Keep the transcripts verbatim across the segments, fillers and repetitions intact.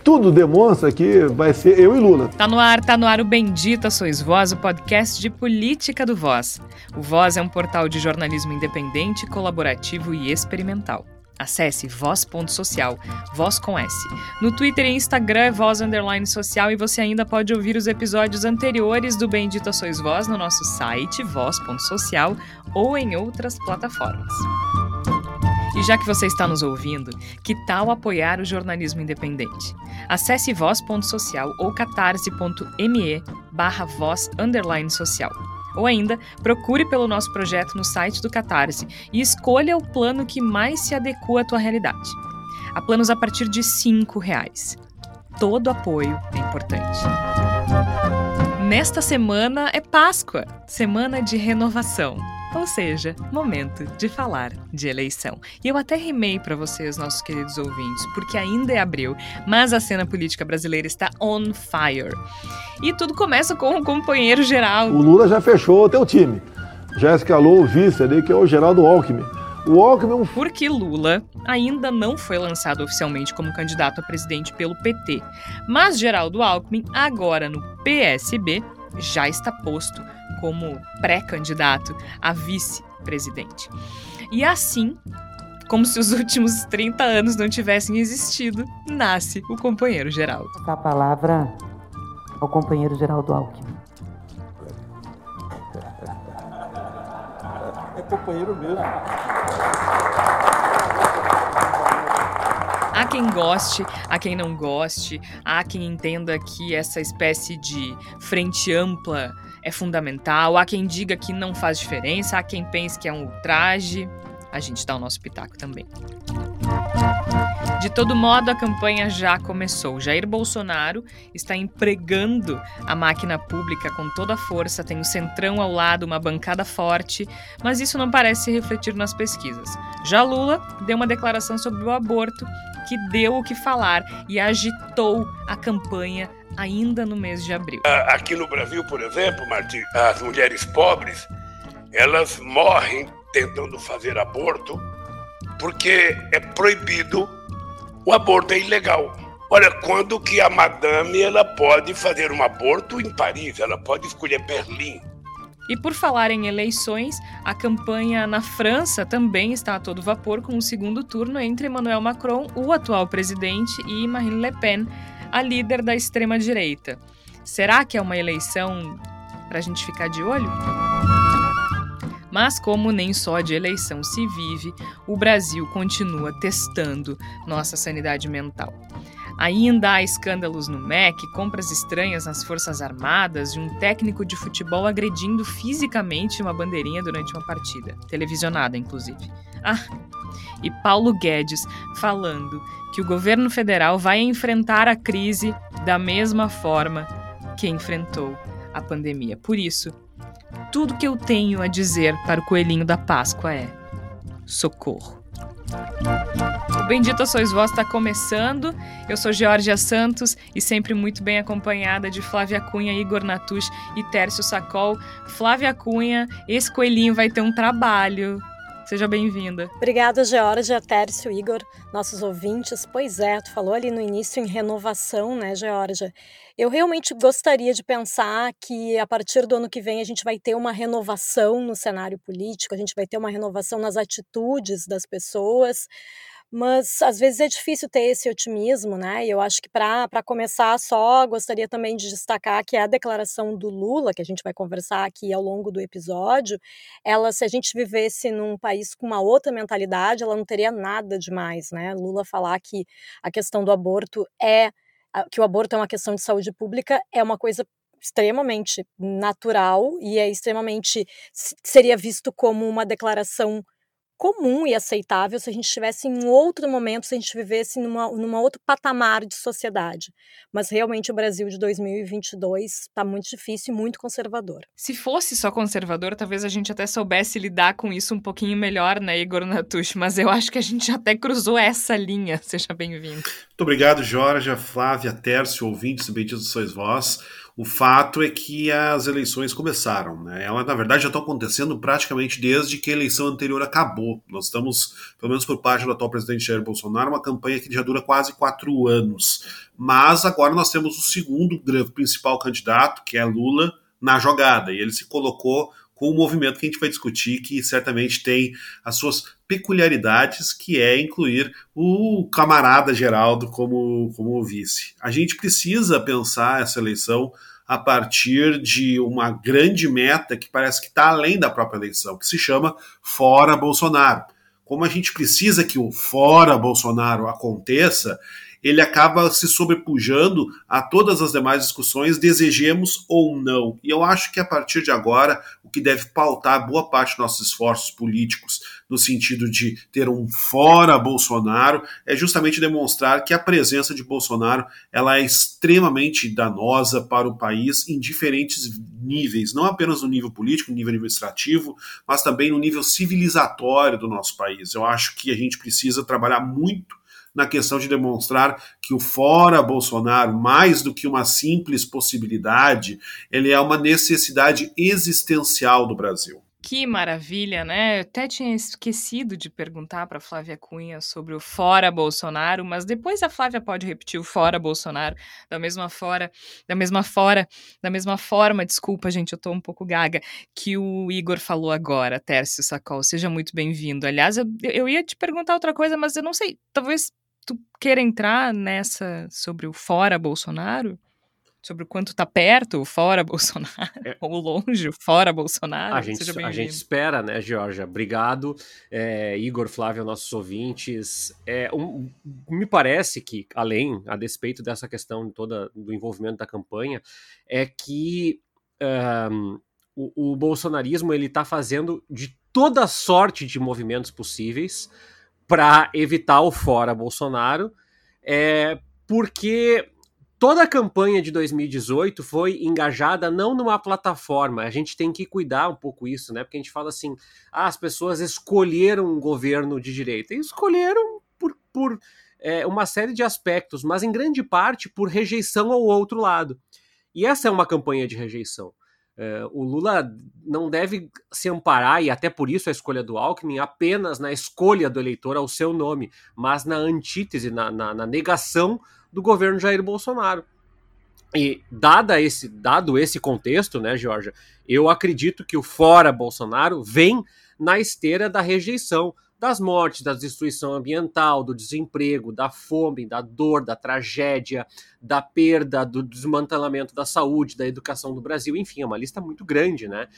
tudo demonstra que vai ser eu e Lula. Tá no ar, tá no ar o Bendita Sois Voz, o podcast de política do Voz. O Voz é um portal de jornalismo independente, colaborativo e experimental. Acesse voz ponto social, Voz com S. No Twitter e Instagram é Voz Underline Social e você ainda pode ouvir os episódios anteriores do Bendita Sois Voz no nosso site, voz ponto social, ou em outras plataformas. E já que você está nos ouvindo, que tal apoiar o jornalismo independente? Acesse voz ponto social ou catarse.me barra voz underline social. Ou ainda, procure pelo nosso projeto no site do Catarse e escolha o plano que mais se adequa à tua realidade. Há planos a partir de cinco reais. Todo apoio é importante. Nesta semana é Páscoa, semana de renovação. Ou seja, momento de falar de eleição. E eu até rimei para vocês, nossos queridos ouvintes, porque ainda é abril, mas a cena política brasileira está on fire. E tudo começa com o companheiro Geraldo. O Lula já fechou o teu time. Já escalou o vice ali, que é o Geraldo Alckmin. O Alckmin é um... Porque Lula ainda não foi lançado oficialmente como candidato a presidente pelo P T. Mas Geraldo Alckmin, agora no P S B, já está posto como pré-candidato a vice-presidente. E assim, como se os últimos trinta anos não tivessem existido, nasce o companheiro Geraldo. A palavra ao companheiro Geraldo Alckmin. É companheiro mesmo. Há quem goste, há quem não goste, há quem entenda que essa espécie de frente ampla é fundamental, há quem diga que não faz diferença, há quem pense que é um ultraje. A gente dá o nosso pitaco também. De todo modo, a campanha já começou. Jair Bolsonaro está empregando a máquina pública com toda a força, tem o Centrão ao lado, uma bancada forte, mas isso não parece se refletir nas pesquisas. Já Lula deu uma declaração sobre o aborto que deu o que falar e agitou a campanha ainda no mês de abril. Aqui no Brasil, por exemplo, Martim, as mulheres pobres, elas morrem tentando fazer aborto porque é proibido, o aborto é ilegal. Olha, quando que a madame ela pode fazer um aborto em Paris, ela pode escolher Berlim. E por falar em eleições, a campanha na França também está a todo vapor com o segundo turno entre Emmanuel Macron, o atual presidente, e Marine Le Pen, a líder da extrema-direita. Será que é uma eleição para a gente ficar de olho? Mas como nem só de eleição se vive, o Brasil continua testando nossa sanidade mental. Ainda há escândalos no M E C, compras estranhas nas Forças Armadas e um técnico de futebol agredindo fisicamente uma bandeirinha durante uma partida, televisionada inclusive. Ah, e Paulo Guedes falando que o governo federal vai enfrentar a crise da mesma forma que enfrentou a pandemia. Por isso, tudo que eu tenho a dizer para o coelhinho da Páscoa é: socorro. O Bendita Sois Voz está começando. Eu sou Georgia Santos e sempre muito bem acompanhada de Flávia Cunha, Igor Natush e Tércio Sacol. Flávia Cunha, esse coelhinho vai ter um trabalho. Seja bem-vinda. Obrigada, Georgia, Tércio, Igor, nossos ouvintes. Pois é, tu falou ali no início em renovação, né, Georgia? Eu realmente gostaria de pensar que a partir do ano que vem a gente vai ter uma renovação no cenário político, a gente vai ter uma renovação nas atitudes das pessoas, mas às vezes é difícil ter esse otimismo, né? E eu acho que para para começar só gostaria também de destacar que a declaração do Lula, que a gente vai conversar aqui ao longo do episódio, ela, se a gente vivesse num país com uma outra mentalidade, ela não teria nada demais, né? Lula falar que a questão do aborto é que o aborto é uma questão de saúde pública é uma coisa extremamente natural e é extremamente seria visto como uma declaração comum e aceitável se a gente estivesse em um outro momento, se a gente vivesse numa, numa outro patamar de sociedade. Mas realmente o Brasil de dois mil e vinte e dois está muito difícil e muito conservador. Se fosse só conservador, talvez a gente até soubesse lidar com isso um pouquinho melhor, né, Igor Natush? Mas eu acho que a gente até cruzou essa linha. Seja bem-vindo. Muito obrigado, Georgia, Flávia, Tércio, ouvintes do Bendita Sois Vós. O fato é que as eleições começaram, né? Elas, na verdade, já estão acontecendo praticamente desde que a eleição anterior acabou. Nós estamos, pelo menos por parte do atual presidente Jair Bolsonaro, uma campanha que já dura quase quatro anos. Mas agora nós temos o segundo principal candidato, que é Lula, na jogada. E ele se colocou com o movimento que a gente vai discutir, que certamente tem as suas peculiaridades, que é incluir o camarada Geraldo como, como vice. A gente precisa pensar essa eleição a partir de uma grande meta que parece que está além da própria eleição, que se chama Fora Bolsonaro. Como a gente precisa que o Fora Bolsonaro aconteça, ele acaba se sobrepujando a todas as demais discussões, desejemos ou não. E eu acho que a partir de agora, o que deve pautar boa parte dos nossos esforços políticos, no sentido de ter um fora Bolsonaro, é justamente demonstrar que a presença de Bolsonaro ela é extremamente danosa para o país em diferentes níveis, não apenas no nível político, no nível administrativo, mas também no nível civilizatório do nosso país. Eu acho que a gente precisa trabalhar muito na questão de demonstrar que o fora Bolsonaro, mais do que uma simples possibilidade, ele é uma necessidade existencial do Brasil. Que maravilha, né? Eu até tinha esquecido de perguntar para Flávia Cunha sobre o fora Bolsonaro, mas depois a Flávia pode repetir o fora Bolsonaro da mesma fora, da mesma fora, da mesma forma, desculpa, gente, eu tô um pouco gaga, que o Igor falou agora, Tércio Sacol, seja muito bem-vindo. Aliás, eu, eu ia te perguntar outra coisa, mas eu não sei, talvez tu queira entrar nessa sobre o fora Bolsonaro? Sobre o quanto tá perto o fora Bolsonaro, é. ou longe o fora Bolsonaro. A gente, a gente espera, né, Georgia? Obrigado, é, Igor, Flávio, nossos ouvintes. É, um, me parece que, além, a despeito dessa questão toda do envolvimento da campanha, é que um, o, o bolsonarismo ele tá fazendo de toda sorte de movimentos possíveis para evitar o fora Bolsonaro, é, porque toda a campanha de dois mil e dezoito foi engajada não numa plataforma, a gente tem que cuidar um pouco isso, né? Porque a gente fala assim, ah, as pessoas escolheram um governo de direita, e escolheram por, por é, uma série de aspectos, mas em grande parte por rejeição ao outro lado. E essa é uma campanha de rejeição. Uh, o Lula não deve se amparar, e até por isso a escolha do Alckmin, apenas na escolha do eleitor ao seu nome, mas na antítese, na, na, na negação do governo Jair Bolsonaro. E dada esse, dado esse contexto, né, Georgia, eu acredito que o fora Bolsonaro vem na esteira da rejeição, das mortes, da destruição ambiental, do desemprego, da fome, da dor, da tragédia, da perda, do desmantelamento da saúde, da educação do Brasil, enfim, é uma lista muito grande, né?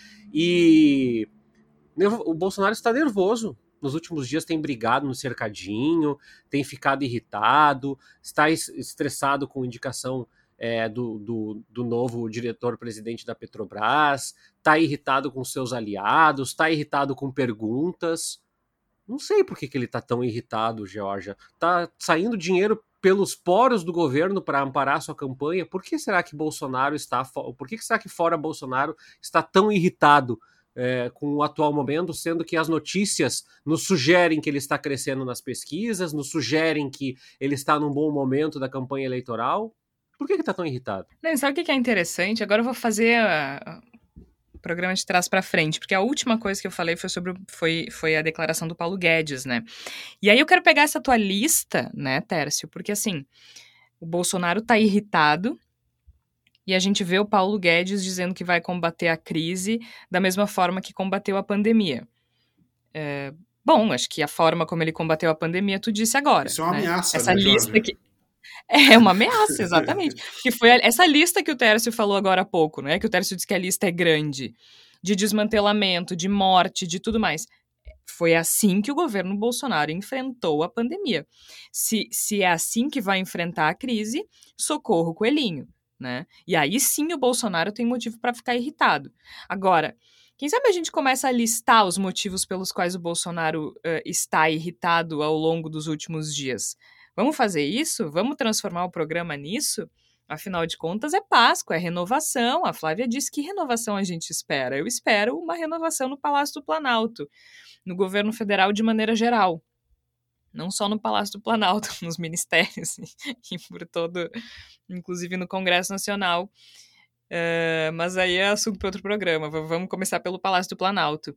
E o Bolsonaro está nervoso. Nos últimos dias tem brigado no cercadinho, tem ficado irritado, está estressado com indicação é, do, do, do novo diretor-presidente da Petrobras, está irritado com seus aliados, está irritado com perguntas. Não sei por que, que ele está tão irritado, Georgia. Está saindo dinheiro pelos poros do governo para amparar sua campanha. Por que será que Bolsonaro está... Por que será que fora Bolsonaro está tão irritado é, com o atual momento, sendo que as notícias nos sugerem que ele está crescendo nas pesquisas, nos sugerem que ele está num bom momento da campanha eleitoral? Por que está tão irritado? Não, sabe o que é interessante? Agora eu vou fazer... A... programa de trás para frente, porque a última coisa que eu falei foi sobre foi, foi a declaração do Paulo Guedes, né? E aí eu quero pegar essa tua lista, né, Tércio? Porque assim, o Bolsonaro tá irritado e a gente vê o Paulo Guedes dizendo que vai combater a crise da mesma forma que combateu a pandemia. É, bom, acho que a forma como ele combateu a pandemia tu disse agora. Isso é uma né? ameaça, Essa né, lista Jorge? que É uma ameaça, exatamente. Que foi a, essa lista que o Tércio falou agora há pouco, né? Que o Tércio disse que a lista é grande, de desmantelamento, de morte, de tudo mais. Foi assim que o governo Bolsonaro enfrentou a pandemia. Se, se é assim que vai enfrentar a crise, socorro, coelhinho, né? E aí sim o Bolsonaro tem motivo para ficar irritado. Agora, quem sabe a gente começa a listar os motivos pelos quais o Bolsonaro uh, está irritado ao longo dos últimos dias. Vamos fazer isso? Vamos transformar o programa nisso? Afinal de contas, é Páscoa, é renovação. A Flávia disse que renovação a gente espera. Eu espero uma renovação no Palácio do Planalto, no governo federal de maneira geral. Não só no Palácio do Planalto, nos ministérios e por todo, inclusive no Congresso Nacional. Uh, mas aí é assunto para outro programa. V- vamos começar pelo Palácio do Planalto.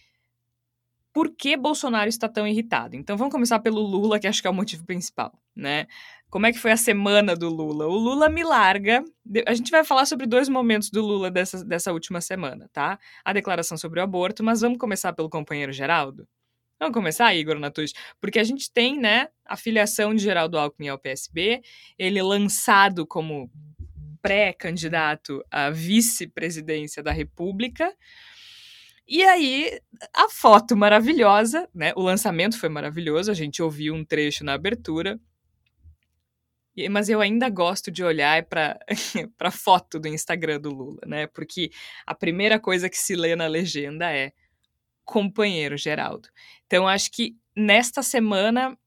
Por que Bolsonaro está tão irritado? Então vamos começar pelo Lula, que acho que é o motivo principal, né? Como é que foi a semana do Lula? O Lula me larga. A gente vai falar sobre dois momentos do Lula dessa, dessa última semana, tá? A declaração sobre o aborto, mas vamos começar pelo companheiro Geraldo? Vamos começar, Igor Natucci? Porque a gente tem, né, a filiação de Geraldo Alckmin ao P S B, ele lançado como pré-candidato à vice-presidência da República. E aí, a foto maravilhosa, né? O lançamento foi maravilhoso, a gente ouviu um trecho na abertura. E- Mas eu ainda gosto de olhar para a foto do Instagram do Lula, né? Porque a primeira coisa que se lê na legenda é companheiro Geraldo. Então, acho que nesta semana,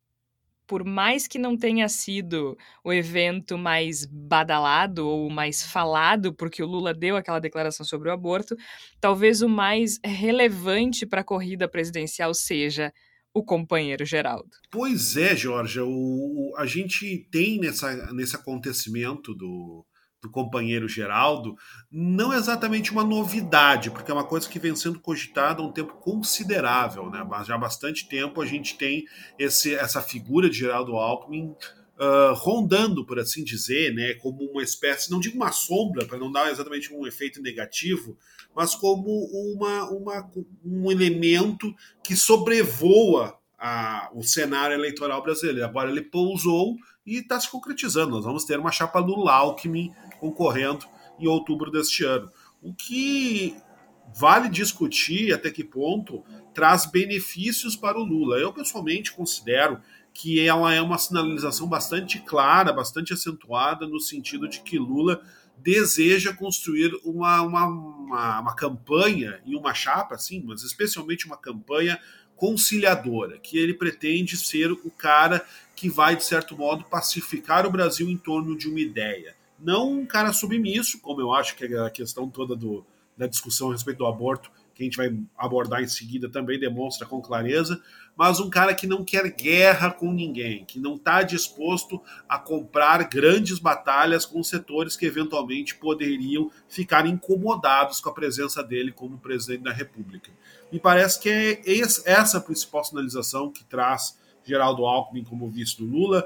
por mais que não tenha sido o evento mais badalado ou mais falado, porque o Lula deu aquela declaração sobre o aborto, talvez o mais relevante para a corrida presidencial seja o companheiro Geraldo. Pois é, Georgia, o, o- a gente tem nessa, nesse acontecimento do, do companheiro Geraldo, não exatamente uma novidade, porque é uma coisa que vem sendo cogitada há um tempo considerável, né? Mas já há bastante tempo a gente tem esse, essa figura de Geraldo Alckmin ah, rondando, por assim dizer, né? Como uma espécie, não digo uma sombra, para não dar exatamente um efeito negativo, mas como uma, uma, um elemento que sobrevoa a, o cenário eleitoral brasileiro. Agora ele pousou e está se concretizando. Nós vamos ter uma chapa Lula-Alckmin concorrendo em outubro deste ano. O que vale discutir até que ponto traz benefícios para o Lula. Eu, pessoalmente, considero que ela é uma sinalização bastante clara, bastante acentuada, no sentido de que Lula deseja construir uma, uma, uma, uma campanha e uma chapa, assim, mas especialmente uma campanha conciliadora, que ele pretende ser o cara que vai, de certo modo, pacificar o Brasil em torno de uma ideia. Não um cara submisso, como eu acho que é a questão toda do, da discussão a respeito do aborto, que a gente vai abordar em seguida, também demonstra com clareza, mas um cara que não quer guerra com ninguém, que não está disposto a comprar grandes batalhas com setores que eventualmente poderiam ficar incomodados com a presença dele como presidente da República. Me parece que é essa a principal sinalização que traz Geraldo Alckmin como vice do Lula.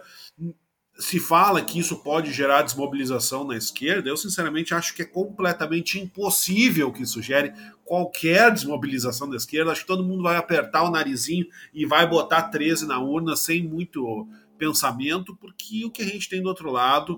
Se fala que isso pode gerar desmobilização na esquerda, eu sinceramente acho que é completamente impossível que isso gere qualquer desmobilização da esquerda. Acho que todo mundo vai apertar o narizinho e vai botar treze na urna sem muito pensamento, porque o que a gente tem do outro lado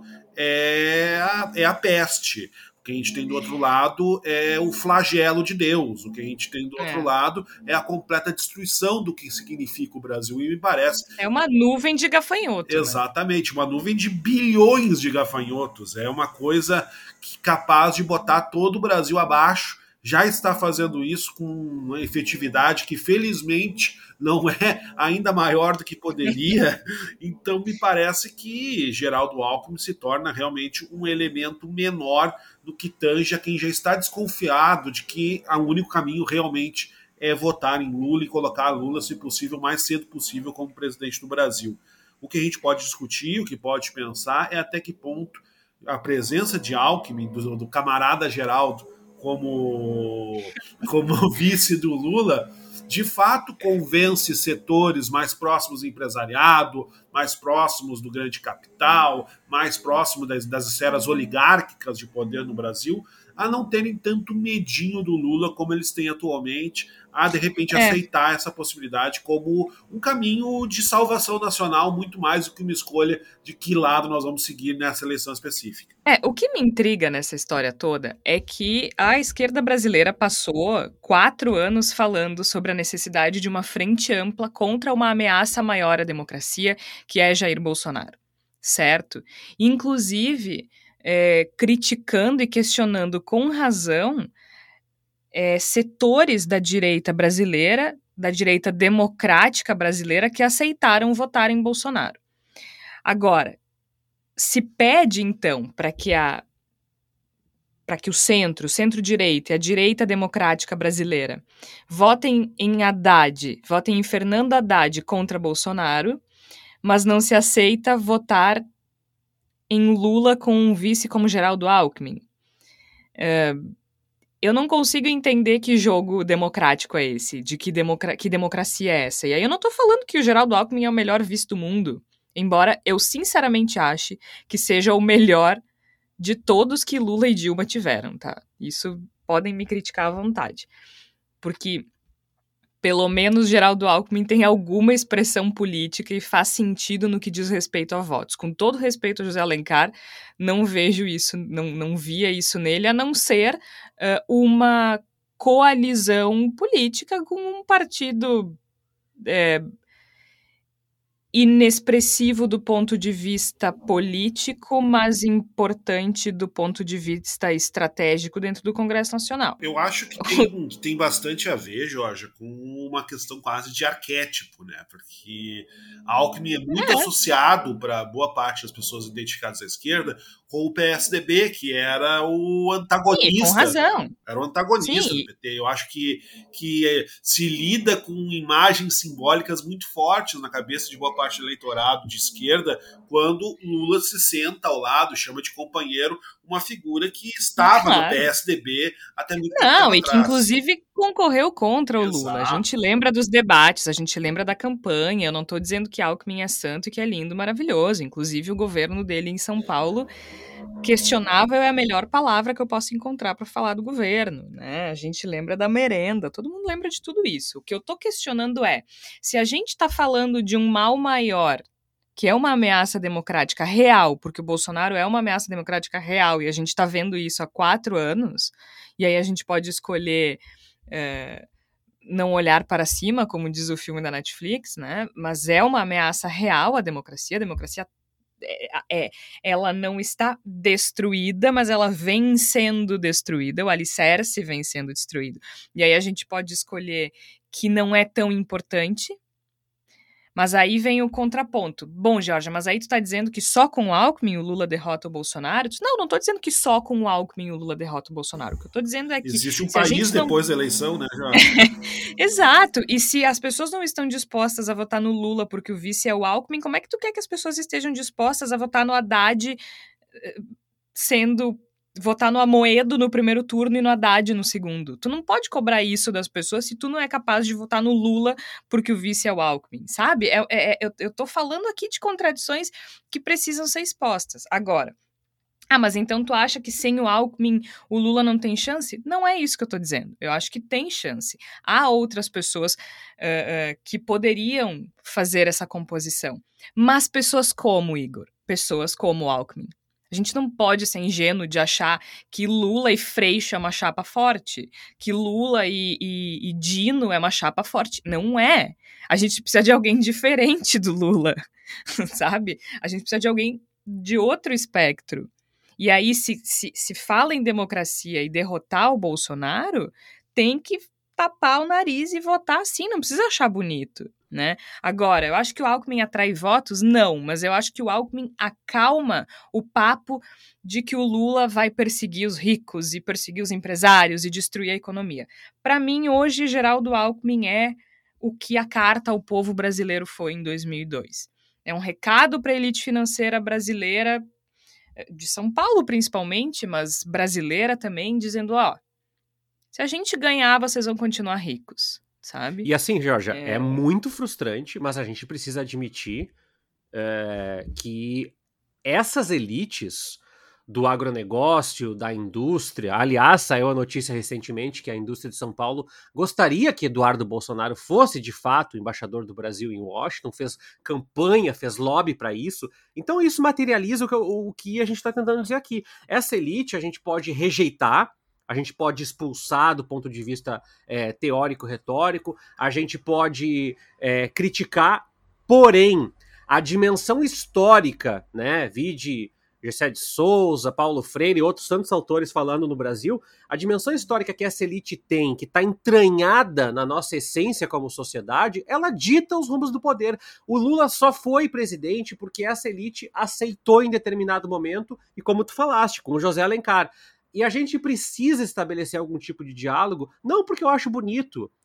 é a, é a peste. O que a gente tem do outro lado é o flagelo de Deus. O que a gente tem do outro É. lado é a completa destruição do que significa o Brasil. E me parece É uma nuvem de gafanhoto, né? exatamente, uma nuvem de bilhões de gafanhotos. É uma coisa que, capaz de botar todo o Brasil abaixo. Já está fazendo isso com uma efetividade que, felizmente, não é ainda maior do que poderia. Então, me parece que Geraldo Alckmin se torna realmente um elemento menor do que tange a quem já está desconfiado de que o único caminho realmente é votar em Lula e colocar Lula, se possível, o mais cedo possível como presidente do Brasil. O que a gente pode discutir, o que pode pensar é até que ponto a presença de Alckmin, do, do camarada Geraldo, como, como vice do Lula, de fato convence setores mais próximos do empresariado, mais próximos do grande capital, mais próximos das, das esferas oligárquicas de poder no Brasil, a não terem tanto medinho do Lula como eles têm atualmente, a de repente É. aceitar essa possibilidade como um caminho de salvação nacional, muito mais do que uma escolha de que lado nós vamos seguir nessa eleição específica. É, o que me intriga nessa história toda é que a esquerda brasileira passou quatro anos falando sobre a necessidade de uma frente ampla contra uma ameaça maior à democracia, que é Jair Bolsonaro, certo? Inclusive, é, criticando e questionando com razão é, setores da direita brasileira, da direita democrática brasileira, que aceitaram votar em Bolsonaro. Agora, se pede, então, para que a para que o centro, o centro-direita e a direita democrática brasileira votem em Haddad, votem em Fernando Haddad contra Bolsonaro, mas não se aceita votar em Lula com um vice como Geraldo Alckmin. É, eu não consigo entender que jogo democrático é esse, de que, democra- que democracia é essa. E aí eu não tô falando que o Geraldo Alckmin é o melhor vice do mundo, embora eu sinceramente ache que seja o melhor de todos que Lula e Dilma tiveram, tá? Isso podem me criticar à vontade. Porque pelo menos Geraldo Alckmin tem alguma expressão política e faz sentido no que diz respeito a votos. Com todo respeito a José Alencar, não vejo isso, não, não via isso nele, a não ser uh, uma coalizão política com um partido é, inexpressivo do ponto de vista político, mas importante do ponto de vista estratégico dentro do Congresso Nacional. Eu acho que tem, tem bastante a ver, Jorge, com uma questão quase de arquétipo, né? Porque Alckmin é muito é. associado para boa parte das pessoas identificadas à esquerda com o P S D B, que era o antagonista. Sim, com razão. Era o antagonista Sim. do P T. Eu acho que, que se lida com imagens simbólicas muito fortes na cabeça de boa parte do eleitorado de esquerda, quando Lula se senta ao lado, chama de companheiro uma figura que estava claro. no P S D B até muito tempo Não, atrás. E que inclusive concorreu contra o Exato. Lula. A gente lembra dos debates, a gente lembra da campanha. Eu não estou dizendo que Alckmin é santo e que é lindo, maravilhoso. Inclusive o governo dele em São Paulo, questionável é a melhor palavra que eu posso encontrar para falar do governo, né? A gente lembra da merenda, todo mundo lembra de tudo isso. O que eu estou questionando é, se a gente está falando de um mal maior, que é uma ameaça democrática real, porque o Bolsonaro é uma ameaça democrática real, e a gente está vendo isso há quatro anos, e aí a gente pode escolher é, não olhar para cima, como diz o filme da Netflix, né? Mas é uma ameaça real à democracia, a democracia é, é, ela não está destruída, mas ela vem sendo destruída, o alicerce vem sendo destruído. E aí a gente pode escolher que não é tão importante, mas aí vem o contraponto. Bom, Georgia, mas aí tu tá dizendo que só com o Alckmin o Lula derrota o Bolsonaro? Não, não tô dizendo que só com o Alckmin o Lula derrota o Bolsonaro. O que eu tô dizendo é que... Existe um país não... depois da eleição, né, Jorge? Exato. E se as pessoas não estão dispostas a votar no Lula porque o vice é o Alckmin, como é que tu quer que as pessoas estejam dispostas a votar no Haddad sendo... votar no Amoedo no primeiro turno e no Haddad no segundo. Tu não pode cobrar isso das pessoas se tu não é capaz de votar no Lula porque o vice é o Alckmin, sabe? É, é, eu, eu tô falando aqui de contradições que precisam ser expostas. Agora, ah, mas então tu acha que sem o Alckmin o Lula não tem chance? Não é isso que eu tô dizendo. Eu acho que tem chance. Há outras pessoas uh, uh, que poderiam fazer essa composição. Mas pessoas como, Igor? Pessoas como o Alckmin. A gente não pode ser ingênuo de achar que Lula e Freixo é uma chapa forte, que Lula e, e, e Dino é uma chapa forte. Não é. A gente precisa de alguém diferente do Lula, sabe? A gente precisa de alguém de outro espectro. E aí, se, se, se fala em democracia e derrotar o Bolsonaro, tem que tapar o nariz e votar assim, não precisa achar bonito, né? Agora, eu acho que o Alckmin atrai votos? Não, mas eu acho que o Alckmin acalma o papo de que o Lula vai perseguir os ricos e perseguir os empresários e destruir a economia. Para mim, hoje, Geraldo Alckmin é o que a carta ao povo brasileiro foi em dois mil e dois. É um recado para a elite financeira brasileira, de São Paulo principalmente, mas brasileira também, dizendo, ó, se a gente ganhar, vocês vão continuar ricos, sabe? E assim, Georgia, é, é muito frustrante, mas a gente precisa admitir é, que essas elites do agronegócio, da indústria, aliás, saiu a notícia recentemente que a indústria de São Paulo gostaria que Eduardo Bolsonaro fosse, de fato, embaixador do Brasil em Washington, fez campanha, fez lobby para isso. Então isso materializa o que, o que a gente está tentando dizer aqui. Essa elite a gente pode rejeitar, a gente pode expulsar do ponto de vista é, teórico-retórico, a gente pode é, criticar, porém, a dimensão histórica, né, vide Gessé de Souza, Paulo Freire e outros tantos autores falando no Brasil, a dimensão histórica que essa elite tem, que está entranhada na nossa essência como sociedade, ela dita os rumos do poder. O Lula só foi presidente porque essa elite aceitou em determinado momento, e como tu falaste, com o José Alencar. E a gente precisa estabelecer algum tipo de diálogo, não porque eu acho bonito,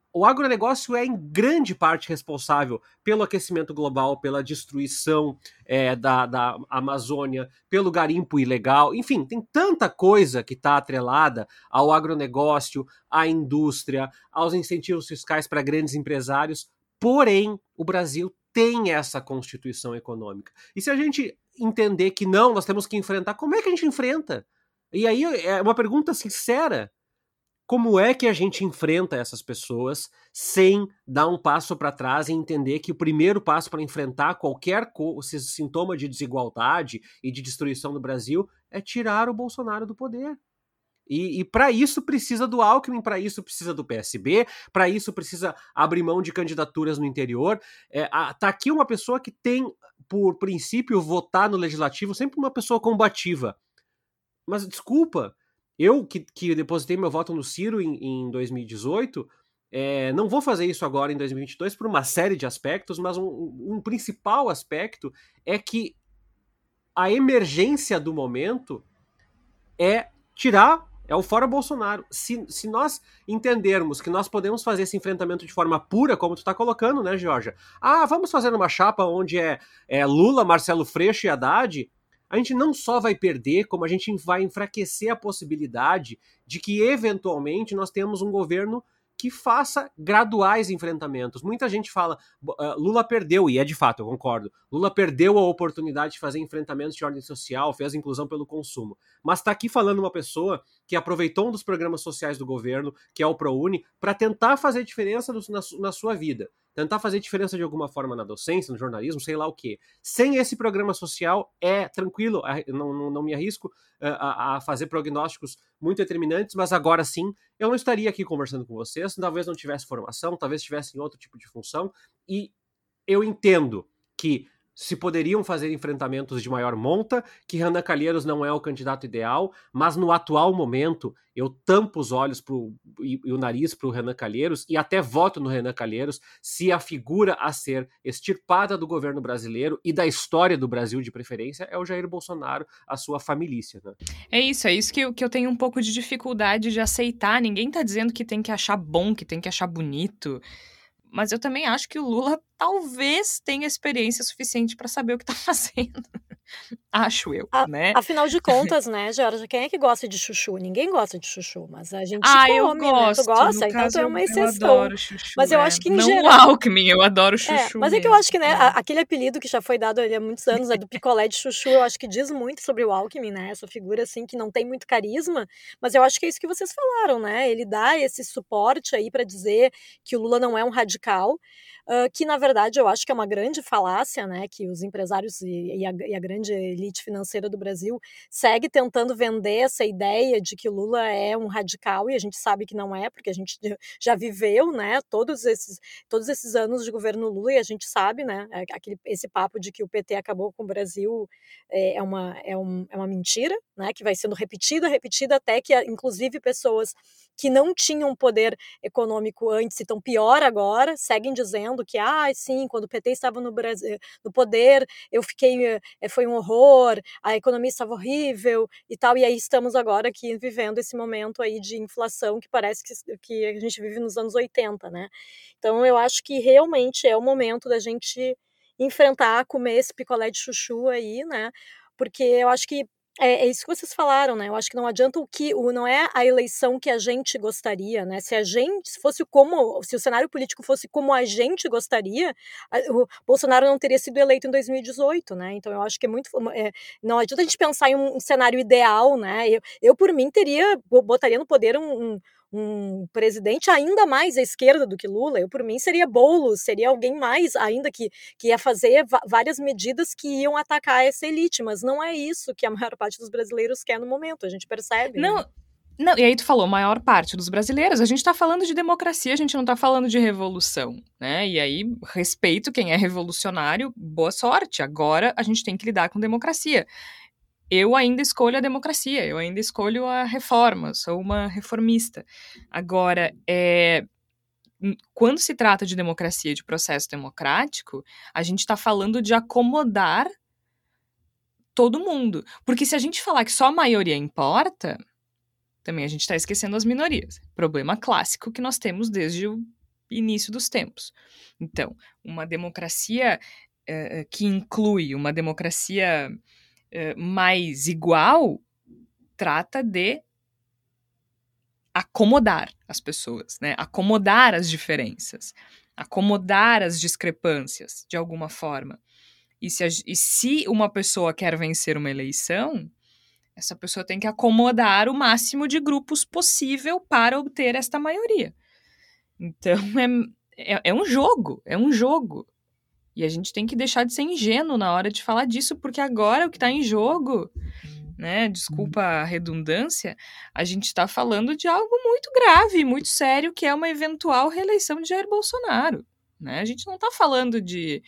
o agronegócio é em grande parte responsável pelo aquecimento global, pela destruição é, da, da Amazônia, pelo garimpo ilegal, enfim, tem tanta coisa que está atrelada ao agronegócio, à indústria, aos incentivos fiscais para grandes empresários, porém, o Brasil tem essa constituição econômica. E se a gente entender que não, nós temos que enfrentar, como é que a gente enfrenta? E aí é uma pergunta sincera. Como é que a gente enfrenta essas pessoas sem dar um passo para trás e entender que o primeiro passo para enfrentar qualquer sintoma de desigualdade e de destruição do Brasil é tirar o Bolsonaro do poder? E, e para isso precisa do Alckmin, para isso precisa do P S B, para isso precisa abrir mão de candidaturas no interior. É, a, tá aqui uma pessoa que tem, por princípio, votar no Legislativo, sempre uma pessoa combativa. Mas, desculpa, eu que, que depositei meu voto no Ciro em, em dois mil e dezoito, é, não vou fazer isso agora em dois mil e vinte e dois por uma série de aspectos, mas um, um principal aspecto é que a emergência do momento é tirar, é o fora Bolsonaro. Se, se nós entendermos que nós podemos fazer esse enfrentamento de forma pura, como tu tá colocando, né, Georgia? Ah, vamos fazer uma chapa onde é, é Lula, Marcelo Freixo e Haddad. A gente não só vai perder, como a gente vai enfraquecer a possibilidade de que, eventualmente, nós tenhamos um governo que faça graduais enfrentamentos. Muita gente fala, uh, Lula perdeu, e é de fato, eu concordo, Lula perdeu a oportunidade de fazer enfrentamentos de ordem social, fez a inclusão pelo consumo. Mas está aqui falando uma pessoa que aproveitou um dos programas sociais do governo, que é o ProUni, para tentar fazer diferença no, na, na sua vida. Tentar fazer diferença de alguma forma na docência, no jornalismo, sei lá o quê. Sem esse programa social, é tranquilo, não, não, não me arrisco uh, a, a fazer prognósticos muito determinantes, mas agora sim, eu não estaria aqui conversando com vocês, talvez não tivesse formação, talvez tivesse em outro tipo de função, e eu entendo que se poderiam fazer enfrentamentos de maior monta, que Renan Calheiros não é o candidato ideal, mas no atual momento eu tampo os olhos pro, e, e o nariz para o Renan Calheiros e até voto no Renan Calheiros se a figura a ser extirpada do governo brasileiro e da história do Brasil de preferência é o Jair Bolsonaro, a sua família, né? É isso, é isso que eu, que eu tenho um pouco de dificuldade de aceitar. Ninguém tá dizendo que tem que achar bom, que tem que achar bonito. Mas eu também acho que o Lula talvez tenha experiência suficiente para saber o que tá fazendo. Acho eu, a, né? Afinal de contas, né, Georgia, quem é que gosta de chuchu? Ninguém gosta de chuchu, mas a gente ah, come, eu gosto. Né? Tu gosta? No então caso, tu é uma eu, exceção. Eu adoro chuchu. Mas eu é. acho que em Não geral... o Alckmin, eu adoro chuchu. É, mas mesmo. é que eu acho que, né, a, aquele apelido que já foi dado ali há muitos anos, né, do picolé de chuchu, eu acho que diz muito sobre o Alckmin, né? Essa figura, assim, que não tem muito carisma, mas eu acho que é isso que vocês falaram, né? Ele dá esse suporte aí para dizer que o Lula não é um radical, uh, que, na verdade, eu acho que é uma grande falácia, né? Que os empresários e, e, a, e a grande elite financeira do Brasil segue tentando vender essa ideia de que o Lula é um radical e a gente sabe que não é, porque a gente já viveu, né, todos esses, todos esses anos de governo Lula e a gente sabe, né, aquele, esse papo de que o P T acabou com o Brasil é, é, uma, é, um, é uma mentira, né, que vai sendo repetida, repetida até que, inclusive, pessoas que não tinham poder econômico antes e estão pior agora, seguem dizendo que, ah, sim, quando o P T estava no, Brasil, no poder, eu fiquei, foi um horror, a economia estava horrível e tal, e aí estamos agora aqui vivendo esse momento aí de inflação que parece que, que a gente vive nos anos oitenta, né? Então eu acho que realmente é o momento da gente enfrentar, comer esse picolé de chuchu aí, né? Porque eu acho que É, é isso que vocês falaram, né? Eu acho que não adianta o que, o, não é a eleição que a gente gostaria, né? Se a gente se fosse como, se o cenário político fosse como a gente gostaria, a, o Bolsonaro não teria sido eleito em dois mil e dezoito, né? Então eu acho que é muito, é, não adianta a gente pensar em um, um cenário ideal, né? Eu, eu por mim teria, botaria no poder um, um um presidente ainda mais à esquerda do que Lula. Eu, por mim, seria Boulos, seria alguém mais ainda que, que ia fazer várias medidas que iam atacar essa elite, mas não é isso que a maior parte dos brasileiros quer no momento, a gente percebe. Não, né? não, e aí tu falou, maior parte dos brasileiros, a gente tá falando de democracia, a gente não tá falando de revolução, né? E aí, respeito quem é revolucionário, boa sorte, agora a gente tem que lidar com democracia. Eu ainda escolho a democracia, eu ainda escolho a reforma, sou uma reformista. Agora, é, quando se trata de democracia, de processo democrático, a gente está falando de acomodar todo mundo. Porque se a gente falar que só a maioria importa, também a gente está esquecendo as minorias. Problema clássico que nós temos desde o início dos tempos. Então, uma democracia uh, que inclui uma democracia uh, mais igual trata de acomodar as pessoas, né? Acomodar as diferenças, acomodar as discrepâncias, de alguma forma. E se, a, e se uma pessoa quer vencer uma eleição, essa pessoa tem que acomodar o máximo de grupos possível para obter esta maioria. Então, é, é, é um jogo, é um jogo. E a gente tem que deixar de ser ingênuo na hora de falar disso, porque agora o que está em jogo, né, desculpa a redundância, a gente está falando de algo muito grave, muito sério, que é uma eventual reeleição de Jair Bolsonaro. Né? A gente não está falando de...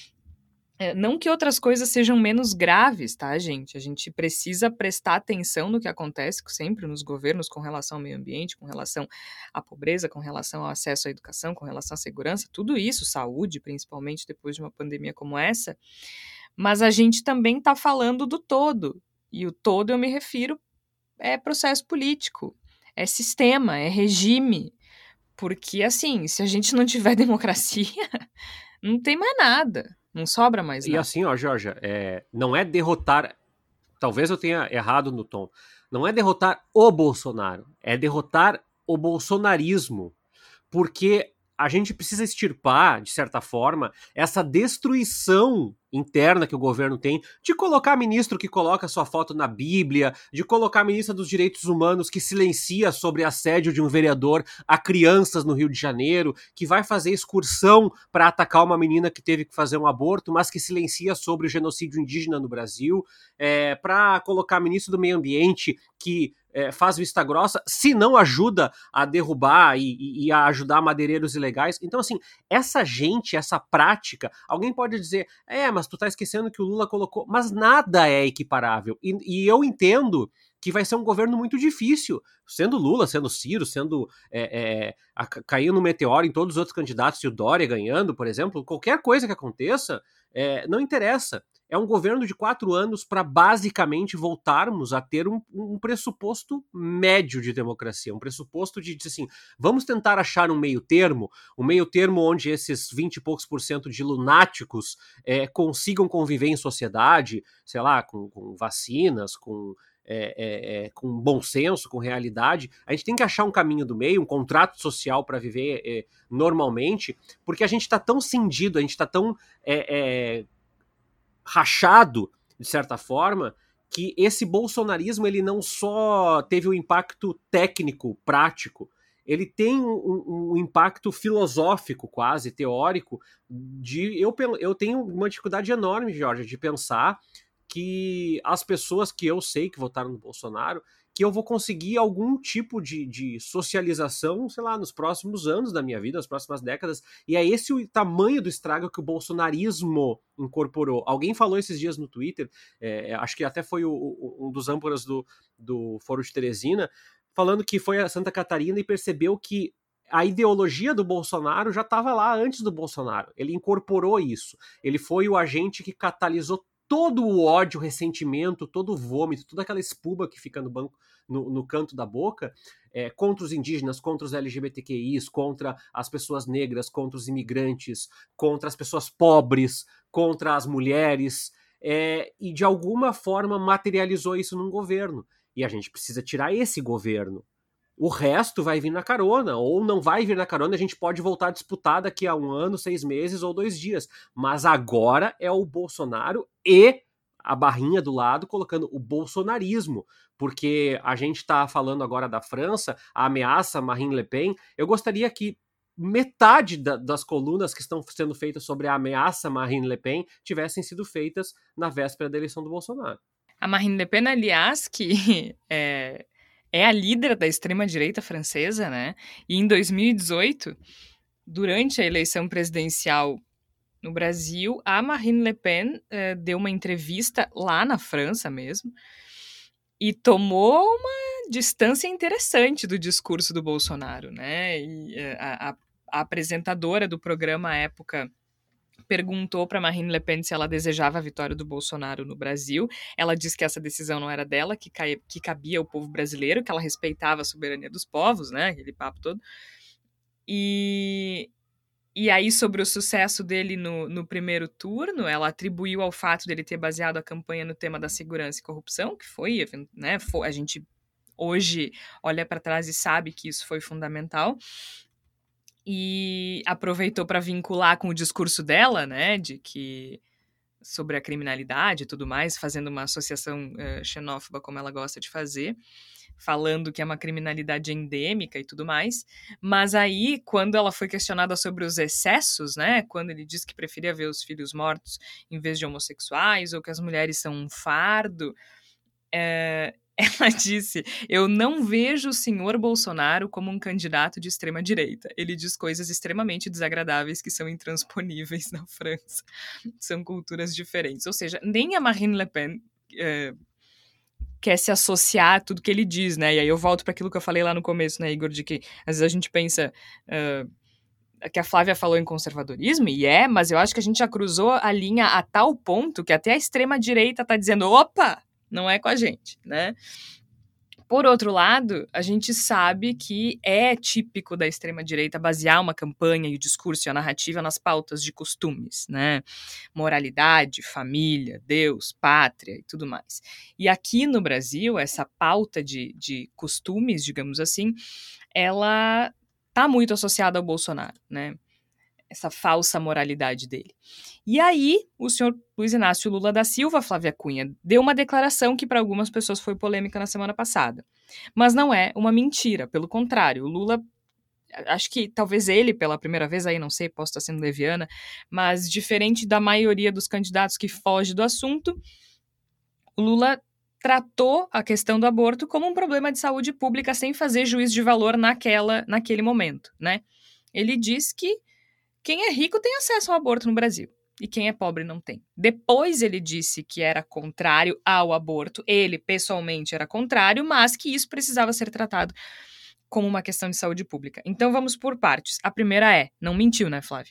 É, não que outras coisas sejam menos graves, tá, gente? A gente precisa prestar atenção no que acontece sempre nos governos com relação ao meio ambiente, com relação à pobreza, com relação ao acesso à educação, com relação à segurança, tudo isso, saúde, principalmente depois de uma pandemia como essa. Mas a gente também está falando do todo. E o todo, eu me refiro, é processo político, é sistema, é regime. Porque, assim, se a gente não tiver democracia, não tem mais nada. Não sobra mais nada. E assim, ó, Georgia, é, não é derrotar... Talvez eu tenha errado no tom. Não é derrotar o Bolsonaro. É derrotar o bolsonarismo. Porque a gente precisa extirpar, de certa forma, essa destruição interna que o governo tem de colocar ministro que coloca sua foto na Bíblia, de colocar ministra dos Direitos Humanos que silencia sobre assédio de um vereador a crianças no Rio de Janeiro, que vai fazer excursão para atacar uma menina que teve que fazer um aborto, mas que silencia sobre o genocídio indígena no Brasil, é, para colocar ministro do Meio Ambiente que É, faz vista grossa, se não ajuda a derrubar e, e, e a ajudar madeireiros ilegais. Então, assim, essa gente, essa prática, alguém pode dizer, é, mas tu tá esquecendo que o Lula colocou, mas nada é equiparável. E, e eu entendo que vai ser um governo muito difícil, sendo Lula, sendo Ciro, sendo é, é, a, caindo no meteoro em todos os outros candidatos, e o Dória ganhando, por exemplo, qualquer coisa que aconteça, é, não interessa. É um governo de quatro anos para basicamente voltarmos a ter um, um pressuposto médio de democracia, um pressuposto de, de assim, vamos tentar achar um meio termo, um meio termo onde esses vinte e poucos por cento de lunáticos é, consigam conviver em sociedade, sei lá, com, com vacinas, com, é, é, é, com bom senso, com realidade. A gente tem que achar um caminho do meio, um contrato social para viver é, normalmente, porque a gente está tão cindido, a gente está tão... É, é, rachado, de certa forma, que esse bolsonarismo ele não só teve um impacto técnico, prático, ele tem um, um impacto filosófico, quase, teórico, de eu, eu tenho uma dificuldade enorme, Jorge, de pensar que as pessoas que eu sei que votaram no Bolsonaro, que eu vou conseguir algum tipo de, de socialização, sei lá, nos próximos anos da minha vida, nas próximas décadas, e é esse o tamanho do estrago que o bolsonarismo incorporou. Alguém falou esses dias no Twitter, é, acho que até foi o, o, um dos âncoras do, do Foro de Teresina, falando que foi a Santa Catarina e percebeu que a ideologia do Bolsonaro já estava lá antes do Bolsonaro. Ele incorporou isso. Ele foi o agente que catalisou todo o ódio, o ressentimento, todo o vômito, toda aquela espuma que fica no banco, no, no canto da boca, é, contra os indígenas, contra os L G B T Q Is, contra as pessoas negras, contra os imigrantes, contra as pessoas pobres, contra as mulheres, é, e de alguma forma materializou isso num governo. E a gente precisa tirar esse governo. O resto vai vir na carona, ou não vai vir na carona, a gente pode voltar a disputar daqui a um ano, seis meses ou dois dias. Mas agora é o Bolsonaro e a barrinha do lado colocando o bolsonarismo, porque a gente está falando agora da França, a ameaça Marine Le Pen. Eu gostaria que metade da, das colunas que estão sendo feitas sobre a ameaça Marine Le Pen tivessem sido feitas na véspera da eleição do Bolsonaro. A Marine Le Pen, aliás, que é... é a líder da extrema-direita francesa, né? E em dois mil e dezoito, durante a eleição presidencial no Brasil, a Marine Le Pen eh, deu uma entrevista lá na França mesmo e tomou uma distância interessante do discurso do Bolsonaro, né? E eh, a, a, a apresentadora do programa à época perguntou para Marine Le Pen se ela desejava a vitória do Bolsonaro no Brasil. Ela disse que essa decisão não era dela, que, cai, que cabia ao povo brasileiro, que ela respeitava a soberania dos povos, né, aquele papo todo. E, e aí, sobre o sucesso dele no, no primeiro turno, ela atribuiu ao fato dele ter baseado a campanha no tema da segurança e corrupção, que foi, né, foi, a gente hoje olha para trás e sabe que isso foi fundamental. E aproveitou para vincular com o discurso dela, né, de que sobre a criminalidade e tudo mais, fazendo uma associação uh, xenófoba, como ela gosta de fazer, falando que é uma criminalidade endêmica e tudo mais. Mas aí, quando ela foi questionada sobre os excessos, né, quando ele disse que preferia ver os filhos mortos em vez de homossexuais, ou que as mulheres são um fardo, é, ela disse: eu não vejo o senhor Bolsonaro como um candidato de extrema-direita. Ele diz coisas extremamente desagradáveis que são intransponíveis na França. São culturas diferentes. Ou seja, nem a Marine Le Pen é, quer se associar a tudo que ele diz, né? E aí eu volto para aquilo que eu falei lá no começo, né, Igor, de que às vezes a gente pensa... Uh, que a Flávia falou em conservadorismo, e é, mas eu acho que a gente já cruzou a linha a tal ponto que até a extrema-direita tá dizendo, opa, não é com a gente, né? Por outro lado, a gente sabe que é típico da extrema-direita basear uma campanha e o discurso e a narrativa nas pautas de costumes, né? Moralidade, família, Deus, pátria e tudo mais. E aqui no Brasil, essa pauta de, de costumes, digamos assim, ela está muito associada ao Bolsonaro, né? Essa falsa moralidade dele. E aí, o senhor Luiz Inácio Lula da Silva, Flávia Cunha, deu uma declaração que para algumas pessoas foi polêmica na semana passada. Mas não é uma mentira, pelo contrário. O Lula, acho que talvez ele, pela primeira vez, aí não sei, posso estar sendo leviana, mas diferente da maioria dos candidatos que foge do assunto, o Lula tratou a questão do aborto como um problema de saúde pública sem fazer juízo de valor naquela, naquele momento, né? Ele diz que quem é rico tem acesso ao aborto no Brasil e quem é pobre não tem. Depois ele disse que era contrário ao aborto, ele pessoalmente era contrário, mas que isso precisava ser tratado como uma questão de saúde pública. Então vamos por partes. A primeira é, não mentiu, né, Flávia?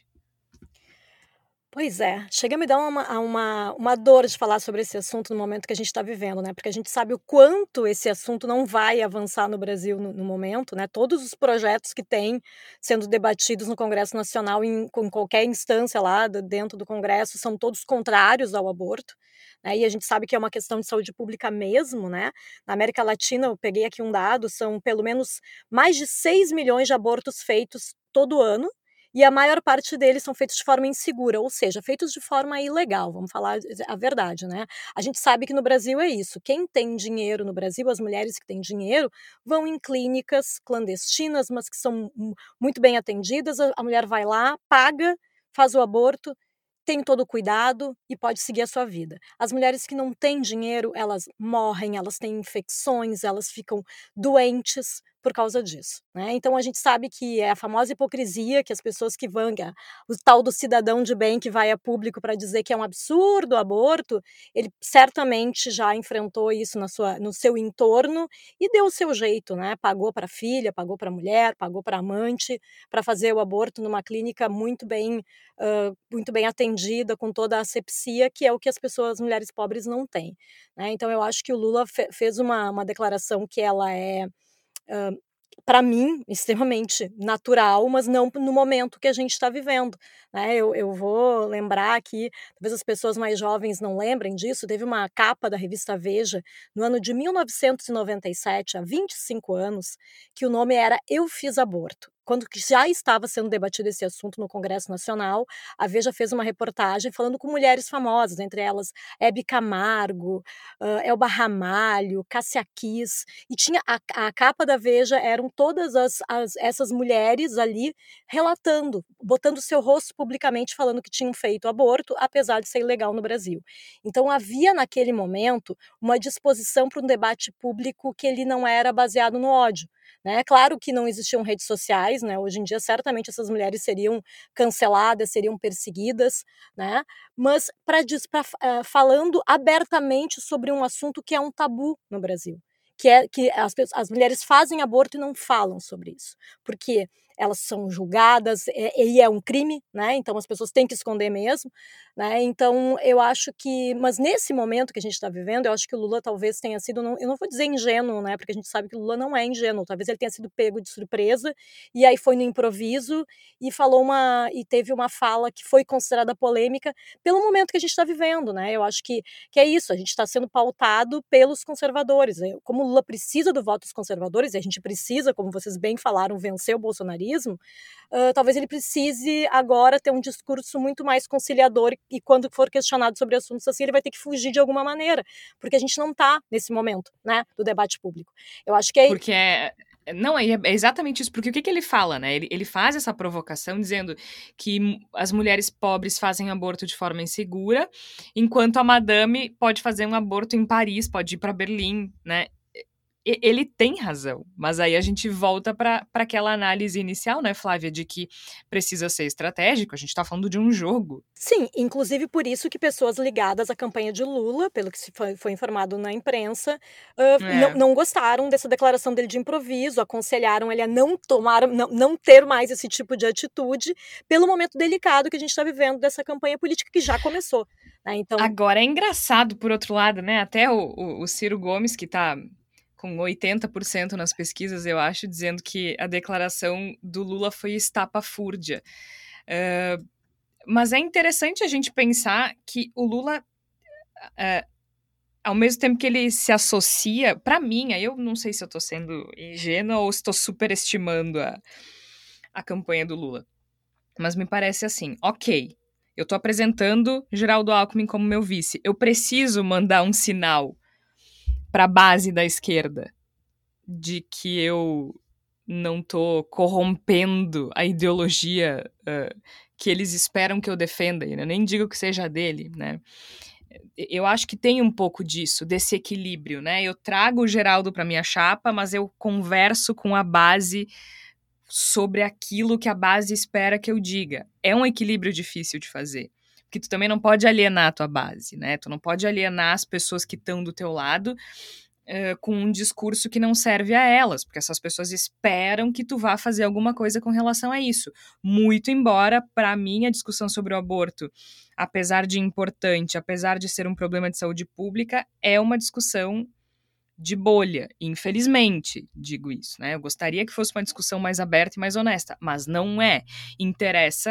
Pois é, chega a me dar uma, uma, uma dor de falar sobre esse assunto no momento que a gente está vivendo, né? Porque a gente sabe o quanto esse assunto não vai avançar no Brasil no, no momento, né? Todos os projetos que tem sendo debatidos no Congresso Nacional, em, em qualquer instância lá dentro do Congresso, são todos contrários ao aborto, né? E a gente sabe que é uma questão de saúde pública mesmo, né? Na América Latina, eu peguei aqui um dado, são pelo menos mais de seis milhões de abortos feitos todo ano, e a maior parte deles são feitos de forma insegura, ou seja, feitos de forma ilegal, vamos falar a verdade, né? A gente sabe que no Brasil é isso, quem tem dinheiro no Brasil, as mulheres que têm dinheiro, vão em clínicas clandestinas, mas que são muito bem atendidas, a mulher vai lá, paga, faz o aborto, tem todo o cuidado e pode seguir a sua vida. As mulheres que não têm dinheiro, elas morrem, elas têm infecções, elas ficam doentes por causa disso, né? Então a gente sabe que é a famosa hipocrisia que as pessoas que vão, o tal do cidadão de bem que vai a público para dizer que é um absurdo o aborto, ele certamente já enfrentou isso na sua, no seu entorno e deu o seu jeito, né? Pagou para a filha, pagou para a mulher, pagou para a amante para fazer o aborto numa clínica muito bem, uh, muito bem atendida, com toda a asepsia, que é o que as pessoas, as mulheres pobres não têm, né? Então eu acho que o Lula fe- fez uma, uma declaração que ela é Uh, para mim, extremamente natural, mas não no momento que a gente está vivendo, né? Eu, eu vou lembrar aqui, talvez as pessoas mais jovens não lembrem disso, teve uma capa da revista Veja, no ano de mil novecentos e noventa e sete, há vinte e cinco anos, que o nome era Eu Fiz Aborto. Quando já estava sendo debatido esse assunto no Congresso Nacional, a Veja fez uma reportagem falando com mulheres famosas, entre elas Hebe Camargo, uh, Elba Ramalho, Cássia Kiss, e tinha a, a capa da Veja, eram todas as, as, essas mulheres ali relatando, botando seu rosto publicamente, falando que tinham feito aborto, apesar de ser ilegal no Brasil. Então havia naquele momento uma disposição para um debate público que ele não era baseado no ódio. Né? Claro que não existiam redes sociais, né? Hoje em dia certamente essas mulheres seriam canceladas, seriam perseguidas, né? Mas pra, pra, uh, falando abertamente sobre um assunto que é um tabu no Brasil, que é que as, as mulheres fazem aborto e não falam sobre isso, porque elas são julgadas, é, e é um crime, né? Então as pessoas têm que esconder mesmo, né? Então eu acho que, mas nesse momento que a gente está vivendo, eu acho que o Lula talvez tenha sido, não, eu não vou dizer ingênuo, né? Porque a gente sabe que o Lula não é ingênuo, talvez ele tenha sido pego de surpresa, e aí foi no improviso e falou uma, e teve uma fala que foi considerada polêmica pelo momento que a gente está vivendo, né? Eu acho que, que é isso, a gente está sendo pautado pelos conservadores, né? Como o Lula precisa do voto dos conservadores, e a gente precisa, como vocês bem falaram, vencer o bolsonarismo, uh, talvez ele precise agora ter um discurso muito mais conciliador, e, e quando for questionado sobre assuntos assim, ele vai ter que fugir de alguma maneira, porque a gente não está nesse momento, né, do debate público. Eu acho que é... Porque é... Não, é exatamente isso, porque o que, que ele fala, né? Ele, ele faz essa provocação dizendo que as mulheres pobres fazem aborto de forma insegura, enquanto a madame pode fazer um aborto em Paris, pode ir para Berlim, né? Ele tem razão, mas aí a gente volta para aquela análise inicial, né, Flávia, de que precisa ser estratégico, a gente está falando de um jogo. Sim, inclusive por isso que pessoas ligadas à campanha de Lula, pelo que se foi, foi informado na imprensa, uh, É. não, não gostaram dessa declaração dele de improviso, aconselharam ele a não tomar, não, não ter mais esse tipo de atitude, pelo momento delicado que a gente está vivendo dessa campanha política que já começou. Né? Então... Agora, é engraçado, por outro lado, né, até o, o, o Ciro Gomes, que está com oitenta por cento nas pesquisas, eu acho, dizendo que a declaração do Lula foi estapafúrdia. Uh, mas é interessante a gente pensar que o Lula, uh, ao mesmo tempo que ele se associa, para mim, aí eu não sei se eu estou sendo ingênua ou estou superestimando a, a campanha do Lula, mas me parece assim, ok, eu estou apresentando Geraldo Alckmin como meu vice, eu preciso mandar um sinal para a base da esquerda de que eu não tô corrompendo a ideologia uh, que eles esperam que eu defenda, eu nem digo que seja dele, né? Eu acho que tem um pouco disso, desse equilíbrio, né? Eu trago o Geraldo para minha chapa, mas eu converso com a base sobre aquilo que a base espera que eu diga. É um equilíbrio difícil de fazer, porque tu também não pode alienar a tua base, né? Tu não pode alienar as pessoas que estão do teu lado Uh, com um discurso que não serve a elas, porque essas pessoas esperam que tu vá fazer alguma coisa com relação a isso. Muito embora, para mim, a discussão sobre o aborto, apesar de importante, apesar de ser um problema de saúde pública, é uma discussão de bolha, infelizmente, digo isso, né? Eu gostaria que fosse uma discussão mais aberta e mais honesta, mas não é. Interessa,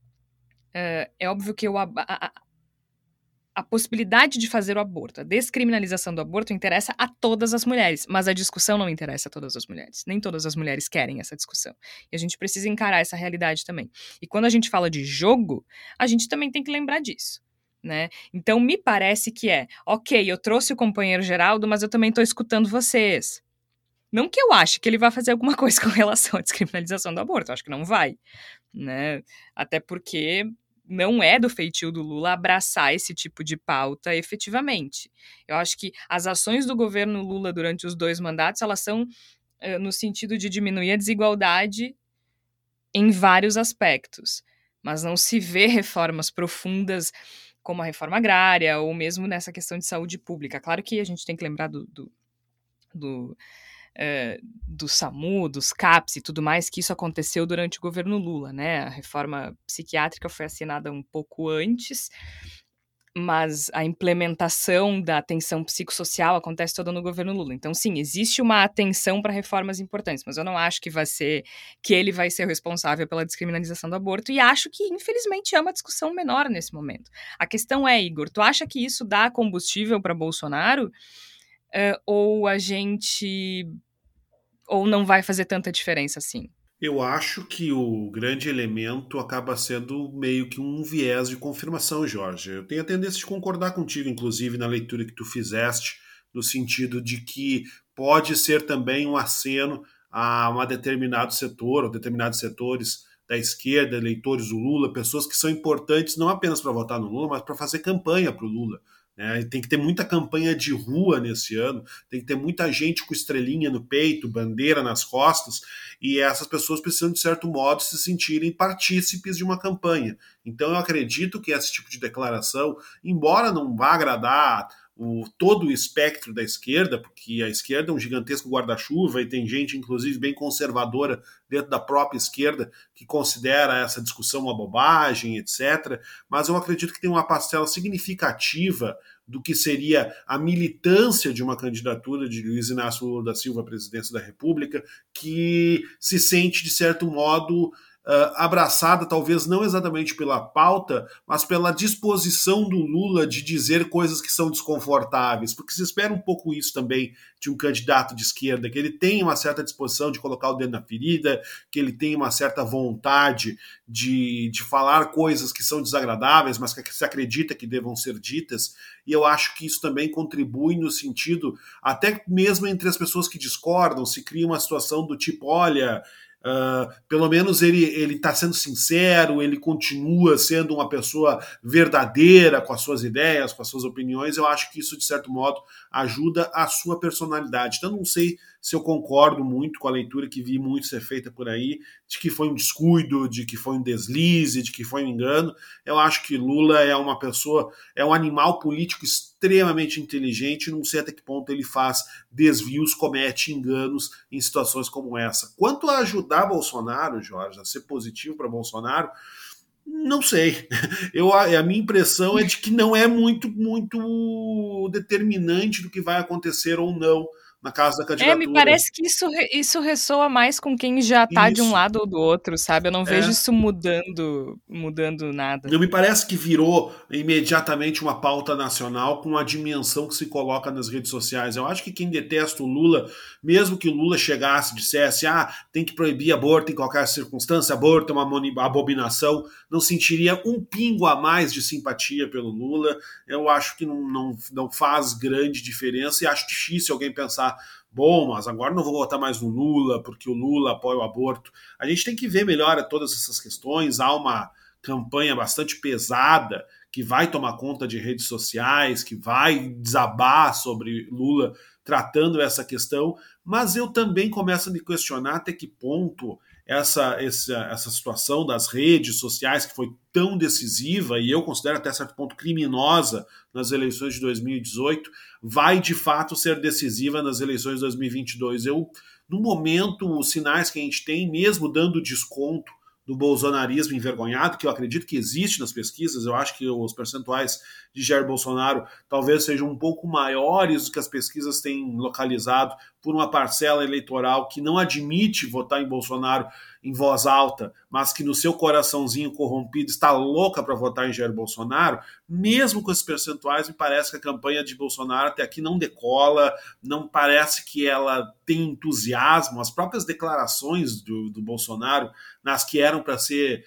uh, é óbvio que eu... A, a, A possibilidade de fazer o aborto, a descriminalização do aborto interessa a todas as mulheres, mas a discussão não interessa a todas as mulheres. Nem todas as mulheres querem essa discussão. E a gente precisa encarar essa realidade também. E quando a gente fala de jogo, a gente também tem que lembrar disso, né? Então me parece que é, ok, eu trouxe o companheiro Geraldo, mas eu também estou escutando vocês. Não que eu ache que ele vai fazer alguma coisa com relação à descriminalização do aborto, eu acho que não vai, né? Até porque... não é do feitio do Lula abraçar esse tipo de pauta efetivamente. Eu acho que as ações do governo Lula durante os dois mandatos, elas são uh, no sentido de diminuir a desigualdade em vários aspectos, mas não se vê reformas profundas como a reforma agrária ou mesmo nessa questão de saúde pública. Claro que a gente tem que lembrar do... do, do Uh, do SAMU, dos CAPS e tudo mais, que isso aconteceu durante o governo Lula, né? A reforma psiquiátrica foi assinada um pouco antes, mas a implementação da atenção psicossocial acontece toda no governo Lula. Então, sim, existe uma atenção para reformas importantes, mas eu não acho que vai ser, que ele vai ser o responsável pela descriminalização do aborto, e acho que, infelizmente, é uma discussão menor nesse momento. A questão é, Igor, tu acha que isso dá combustível para Bolsonaro? Uh, ou a gente... ou não vai fazer tanta diferença assim? Eu acho que o grande elemento acaba sendo meio que um viés de confirmação, Jorge. Eu tenho a tendência de concordar contigo, inclusive, na leitura que tu fizeste, no sentido de que pode ser também um aceno a um determinado setor, ou determinados setores da esquerda, eleitores do Lula, pessoas que são importantes não apenas para votar no Lula, mas para fazer campanha para o Lula. É, tem que ter muita campanha de rua nesse ano, tem que ter muita gente com estrelinha no peito, bandeira nas costas, e essas pessoas precisam, de certo modo, se sentirem partícipes de uma campanha. Então eu acredito que esse tipo de declaração, embora não vá agradar o, todo o espectro da esquerda, porque a esquerda é um gigantesco guarda-chuva e tem gente, inclusive, bem conservadora dentro da própria esquerda que considera essa discussão uma bobagem, etcétera. Mas eu acredito que tem uma parcela significativa do que seria a militância de uma candidatura de Luiz Inácio Lula da Silva à presidência da República, que se sente, de certo modo, Uh, abraçada, talvez não exatamente pela pauta, mas pela disposição do Lula de dizer coisas que são desconfortáveis, porque se espera um pouco isso também de um candidato de esquerda, que ele tenha uma certa disposição de colocar o dedo na ferida, que ele tenha uma certa vontade de, de falar coisas que são desagradáveis, mas que se acredita que devam ser ditas, e eu acho que isso também contribui no sentido, até mesmo entre as pessoas que discordam, se cria uma situação do tipo, olha... Uh, pelo menos ele ele está sendo sincero, ele continua sendo uma pessoa verdadeira com as suas ideias, com as suas opiniões. Eu acho que isso, de certo modo, ajuda a sua personalidade. Então não sei se eu concordo muito com a leitura que vi muito ser feita por aí, de que foi um descuido, de que foi um deslize, de que foi um engano. Eu acho que Lula é uma pessoa, é um animal político extremamente inteligente, não sei até que ponto ele faz desvios, comete enganos em situações como essa. Quanto a ajudar Bolsonaro, Jorge, a ser positivo para Bolsonaro, não sei. Eu, a minha impressão é de que não é muito, muito determinante do que vai acontecer ou não na casa da candidatura. É, me parece que isso, isso ressoa mais com quem já tá isso. de um lado ou do outro, sabe? Eu não vejo é. isso mudando, mudando nada. Não me parece que virou imediatamente uma pauta nacional com a dimensão que se coloca nas redes sociais. Eu acho que quem detesta o Lula, mesmo que o Lula chegasse e dissesse ah, tem que proibir aborto em qualquer circunstância, aborto é uma abominação, não sentiria um pingo a mais de simpatia pelo Lula. Eu acho que não, não, não faz grande diferença e acho difícil alguém pensar bom, mas agora não vou votar mais no Lula porque o Lula apoia o aborto. A gente tem que ver melhor todas essas questões. Há uma campanha bastante pesada que vai tomar conta de redes sociais, que vai desabar sobre Lula tratando essa questão, mas eu também começo a me questionar até que ponto essa, essa, essa situação das redes sociais, que foi tão decisiva e eu considero até certo ponto criminosa nas eleições de dois mil e dezoito, vai de fato ser decisiva nas eleições de dois mil e vinte e dois. Eu, no momento, os sinais que a gente tem, mesmo dando desconto do bolsonarismo envergonhado, que eu acredito que existe nas pesquisas, eu acho que os percentuais de Jair Bolsonaro talvez sejam um pouco maiores do que as pesquisas têm localizado por uma parcela eleitoral que não admite votar em Bolsonaro em voz alta, mas que no seu coraçãozinho corrompido está louca para votar em Jair Bolsonaro. Mesmo com esses percentuais, me parece que a campanha de Bolsonaro até aqui não decola, não parece que ela tem entusiasmo. As próprias declarações do, do Bolsonaro, nas que eram para ser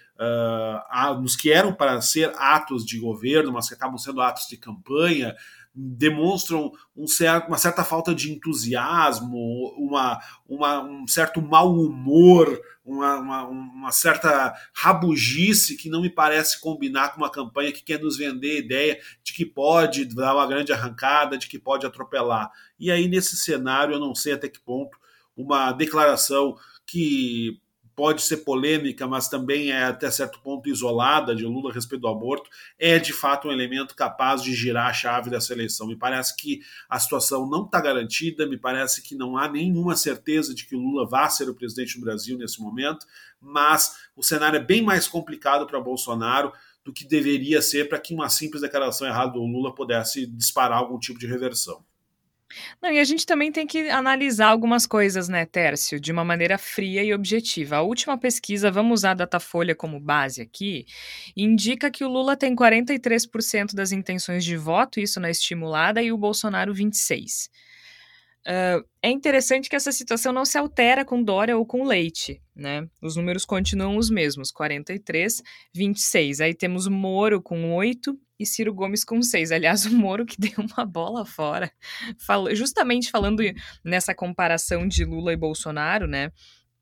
uh, nos que eram para ser atos de governo, mas que acabam sendo atos de campanha, demonstram um certo, uma certa falta de entusiasmo, uma, uma, um certo mau humor, uma, uma, uma certa rabugice que não me parece combinar com uma campanha que quer nos vender a ideia de que pode dar uma grande arrancada, de que pode atropelar. E aí, nesse cenário, eu não sei até que ponto uma declaração que pode ser polêmica, mas também é até certo ponto isolada de Lula a respeito do aborto, é de fato um elemento capaz de girar a chave dessa eleição. Me parece que a situação não está garantida, me parece que não há nenhuma certeza de que o Lula vá ser o presidente do Brasil nesse momento, mas o cenário é bem mais complicado para Bolsonaro do que deveria ser para que uma simples declaração errada do Lula pudesse disparar algum tipo de reversão. Não, e a gente também tem que analisar algumas coisas, né, Tércio, de uma maneira fria e objetiva. A última pesquisa, vamos usar a Datafolha como base aqui, indica que o Lula tem quarenta e três por cento das intenções de voto, isso na estimulada, e o Bolsonaro vinte e seis por cento. Uh, é interessante que essa situação não se altera com Dória ou com Leite, né? Os números continuam os mesmos, quarenta e três, vinte e seis. Aí temos o Moro com oito e Ciro Gomes com seis. Aliás, o Moro que deu uma bola fora, Fal- justamente falando nessa comparação de Lula e Bolsonaro, né?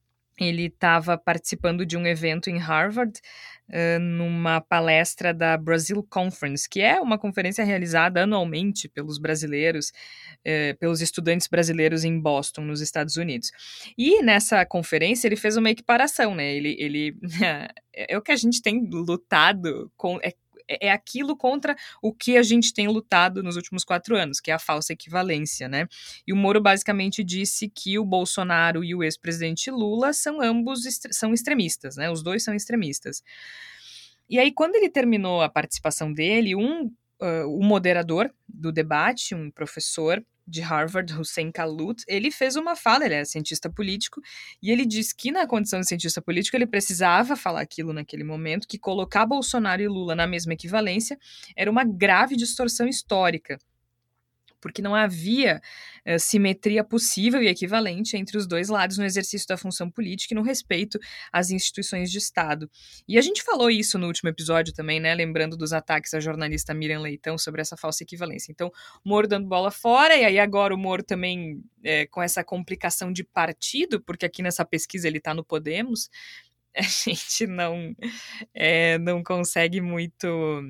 Ele estava participando de um evento em Harvard, uh, numa palestra da Brazil Conference, que é uma conferência realizada anualmente pelos brasileiros, uh, pelos estudantes brasileiros em Boston, nos Estados Unidos. E nessa conferência ele fez uma equiparação, né? Ele, ele é o que a gente tem lutado com... É, é, é aquilo contra o que a gente tem lutado nos últimos quatro anos, que é a falsa equivalência, né? E o Moro basicamente disse que o Bolsonaro e o ex-presidente Lula são ambos est- são extremistas, né? Os dois são extremistas. E aí, quando ele terminou a participação dele, um, uh, o moderador do debate, um professor de Harvard, Hussein Kalut, ele fez uma fala, ele é cientista político, e ele disse que na condição de cientista político ele precisava falar aquilo naquele momento, que colocar Bolsonaro e Lula na mesma equivalência era uma grave distorção histórica, porque não havia uh, simetria possível e equivalente entre os dois lados no exercício da função política e no respeito às instituições de Estado. E a gente falou isso no último episódio também, né, lembrando dos ataques à jornalista Miriam Leitão sobre essa falsa equivalência. Então, o Moro dando bola fora, e aí agora o Moro também é, com essa complicação de partido, porque aqui nessa pesquisa ele está no Podemos, a gente não, é, não consegue muito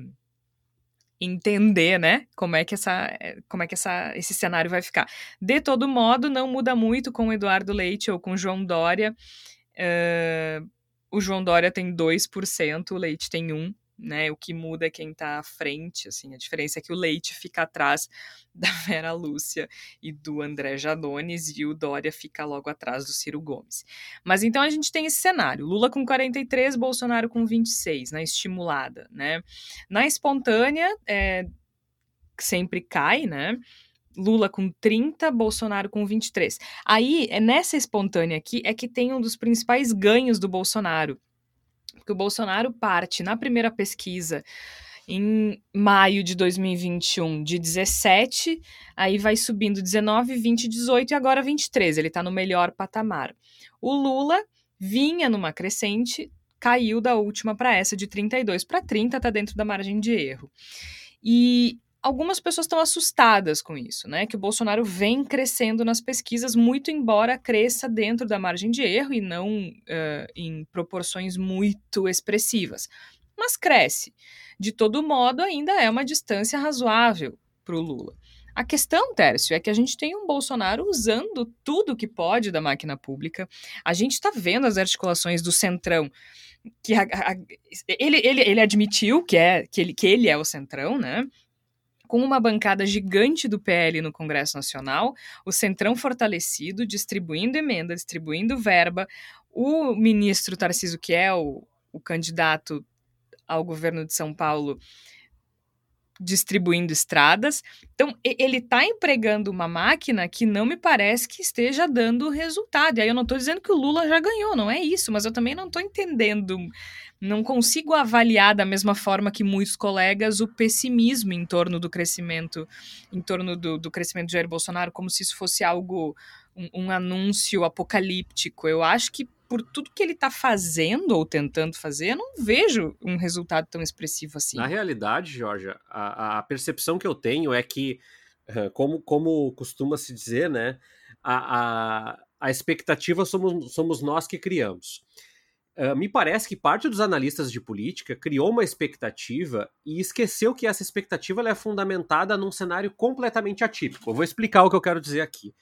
entender, né, como é que, essa, como é que essa, esse cenário vai ficar. De todo modo, não muda muito com o Eduardo Leite ou com o João Dória. Uh, o João Dória tem dois por cento, o Leite tem um por cento, né, o que muda é quem está à frente, assim, a diferença é que o Leite fica atrás da Vera Lúcia e do André Janones e o Dória fica logo atrás do Ciro Gomes. Mas então a gente tem esse cenário, Lula com quarenta e três, Bolsonaro com vinte e seis, na estimulada, né, na espontânea, é, sempre cai, né, Lula com trinta, Bolsonaro com vinte e três. Aí, nessa espontânea aqui, é que tem um dos principais ganhos do Bolsonaro, porque o Bolsonaro parte na primeira pesquisa em maio de dois mil e vinte e um de dezessete, aí vai subindo dezenove, vinte, dezoito e agora vinte e três, ele está no melhor patamar. O Lula vinha numa crescente, caiu da última para essa de trinta e dois para trinta, está dentro da margem de erro. E algumas pessoas estão assustadas com isso, né? Que o Bolsonaro vem crescendo nas pesquisas, muito embora cresça dentro da margem de erro e não uh, em proporções muito expressivas. Mas cresce. De todo modo, ainda é uma distância razoável para o Lula. A questão, Tércio, é que a gente tem um Bolsonaro usando tudo que pode da máquina pública. A gente está vendo as articulações do Centrão, que a, a, ele, ele, ele admitiu que, é, que, ele, que ele é o Centrão, né? Com uma bancada gigante do P L no Congresso Nacional, o Centrão fortalecido, distribuindo emenda, distribuindo verba, o ministro Tarcísio, que é o, o candidato ao governo de São Paulo, distribuindo estradas. Então, ele está empregando uma máquina que não me parece que esteja dando resultado. E aí eu não estou dizendo que o Lula já ganhou, não é isso, mas eu também não estou entendendo, não consigo avaliar da mesma forma que muitos colegas o pessimismo em torno do crescimento, em torno do, do crescimento de Jair Bolsonaro, como se isso fosse algo, um, um anúncio apocalíptico. Eu acho que por tudo que ele está fazendo ou tentando fazer, eu não vejo um resultado tão expressivo assim. Na realidade, Georgia, a, a percepção que eu tenho é que, como, como costuma se dizer, né, a, a, a expectativa somos, somos nós que criamos. Uh, me parece que parte dos analistas de política criou uma expectativa e esqueceu que essa expectativa ela é fundamentada num cenário completamente atípico. Eu vou explicar o que eu quero dizer aqui.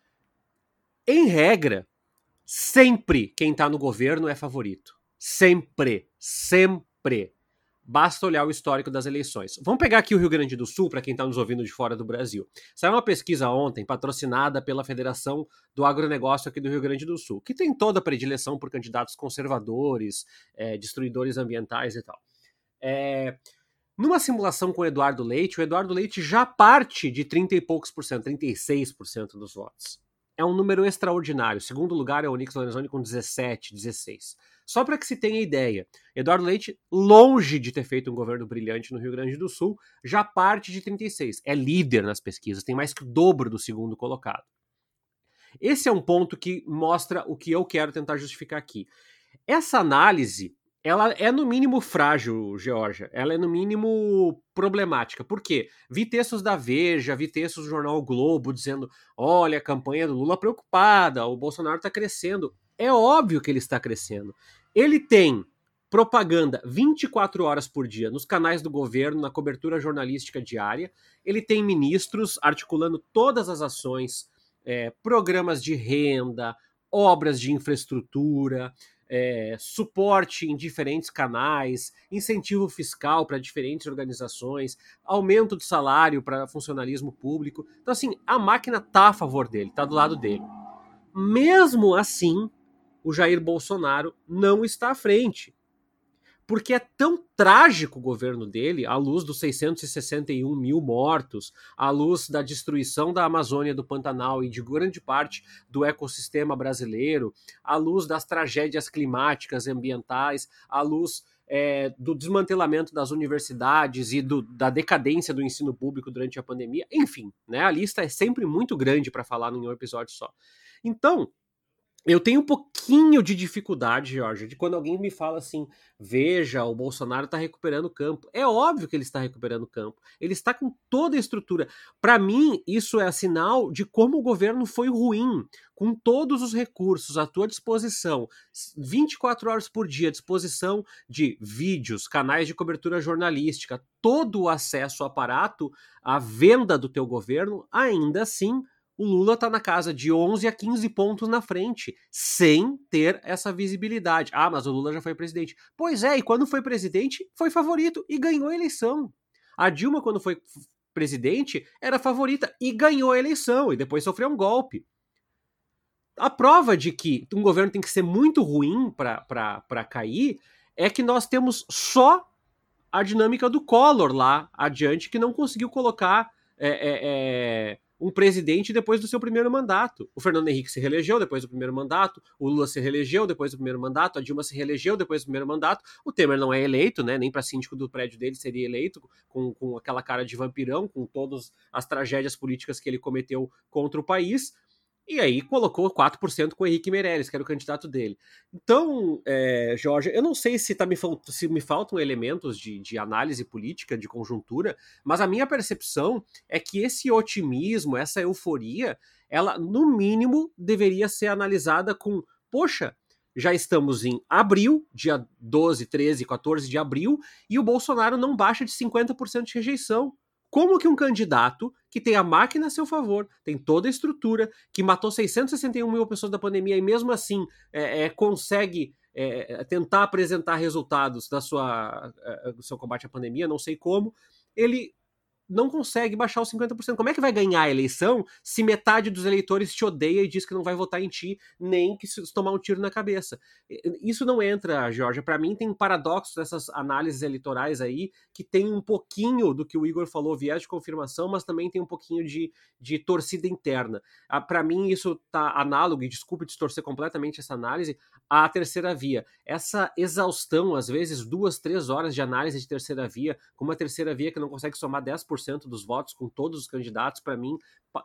Em regra, sempre quem está no governo é favorito. Sempre. Sempre. Basta olhar o histórico das eleições. Vamos pegar aqui o Rio Grande do Sul, para quem está nos ouvindo de fora do Brasil. Saiu uma pesquisa ontem, patrocinada pela Federação do Agronegócio aqui do Rio Grande do Sul, que tem toda a predileção por candidatos conservadores, é, destruidores ambientais e tal. É, numa simulação com o Eduardo Leite, o Eduardo Leite já parte de trinta e poucos por cento, trinta e seis por cento dos votos. É um número extraordinário. O segundo lugar é o Onyx Lorenzoni com dezessete, dezesseis. Só para que se tenha ideia, Eduardo Leite, longe de ter feito um governo brilhante no Rio Grande do Sul, já parte de trinta e seis. É líder nas pesquisas, tem mais que o dobro do segundo colocado. Esse é um ponto que mostra o que eu quero tentar justificar aqui. Essa análise, ela é no mínimo frágil, Georgia. Ela é no mínimo problemática. Por quê? Vi textos da Veja, vi textos do jornal o Globo dizendo, olha, a campanha do Lula preocupada, o Bolsonaro está crescendo. É óbvio que ele está crescendo. Ele tem propaganda vinte e quatro horas por dia nos canais do governo, na cobertura jornalística diária. Ele tem ministros articulando todas as ações, é, programas de renda, obras de infraestrutura, é, suporte em diferentes canais, incentivo fiscal para diferentes organizações, aumento de salário para funcionalismo público. Então, assim, a máquina está a favor dele, está do lado dele. Mesmo assim, o Jair Bolsonaro não está à frente. Porque é tão trágico o governo dele, à luz dos seiscentos e sessenta e um mil mortos, à luz da destruição da Amazônia, do Pantanal e de grande parte do ecossistema brasileiro, à luz das tragédias climáticas e ambientais, à luz é, do desmantelamento das universidades e do, da decadência do ensino público durante a pandemia. Enfim, né, a lista é sempre muito grande para falar em um episódio só. Então, eu tenho um pouquinho de dificuldade, Jorge, de quando alguém me fala assim, veja, o Bolsonaro está recuperando o campo. É óbvio que ele está recuperando o campo. Ele está com toda a estrutura. Para mim, isso é sinal de como o governo foi ruim, com todos os recursos à tua disposição, vinte e quatro horas por dia, à disposição de vídeos, canais de cobertura jornalística, todo o acesso ao aparato, à venda do teu governo, ainda assim, o Lula está na casa de onze a quinze pontos na frente, sem ter essa visibilidade. Ah, mas o Lula já foi presidente. Pois é, e quando foi presidente, foi favorito e ganhou a eleição. A Dilma, quando foi presidente, era favorita e ganhou a eleição, e depois sofreu um golpe. A prova de que um governo tem que ser muito ruim para cair é que nós temos só a dinâmica do Collor lá adiante, que não conseguiu colocar... É, é, é, um presidente depois do seu primeiro mandato. O Fernando Henrique se reelegeu depois do primeiro mandato, o Lula se reelegeu depois do primeiro mandato, a Dilma se reelegeu depois do primeiro mandato, o Temer não é eleito, né, nem para síndico do prédio dele seria eleito, com, com aquela cara de vampirão, com todas as tragédias políticas que ele cometeu contra o país, e aí colocou quatro por cento com o Henrique Meirelles, que era o candidato dele. Então, é, Jorge, eu não sei se, tá me, se me faltam elementos de, de análise política, de conjuntura, mas a minha percepção é que esse otimismo, essa euforia, ela, no mínimo, deveria ser analisada com, poxa, já estamos em abril, dia doze, treze, quatorze de abril, e o Bolsonaro não baixa de cinquenta por cento de rejeição. Como que um candidato que tem a máquina a seu favor, tem toda a estrutura, que matou seiscentos e sessenta e um mil pessoas da pandemia e mesmo assim é, é, consegue é, tentar apresentar resultados da sua, é, do seu combate à pandemia, não sei como, ele não consegue baixar os cinquenta por cento. Como é que vai ganhar a eleição se metade dos eleitores te odeia e diz que não vai votar em ti, nem que se tomar um tiro na cabeça? Isso não entra, Jorge. Para mim tem paradoxos dessas análises eleitorais aí, que tem um pouquinho do que o Igor falou, viés de confirmação, mas também tem um pouquinho de, de torcida interna. Para mim isso tá análogo, e desculpe distorcer completamente essa análise, à terceira via. Essa exaustão, às vezes duas, três horas de análise de terceira via, com uma terceira via que não consegue somar dez por cento dos votos com todos os candidatos, para mim,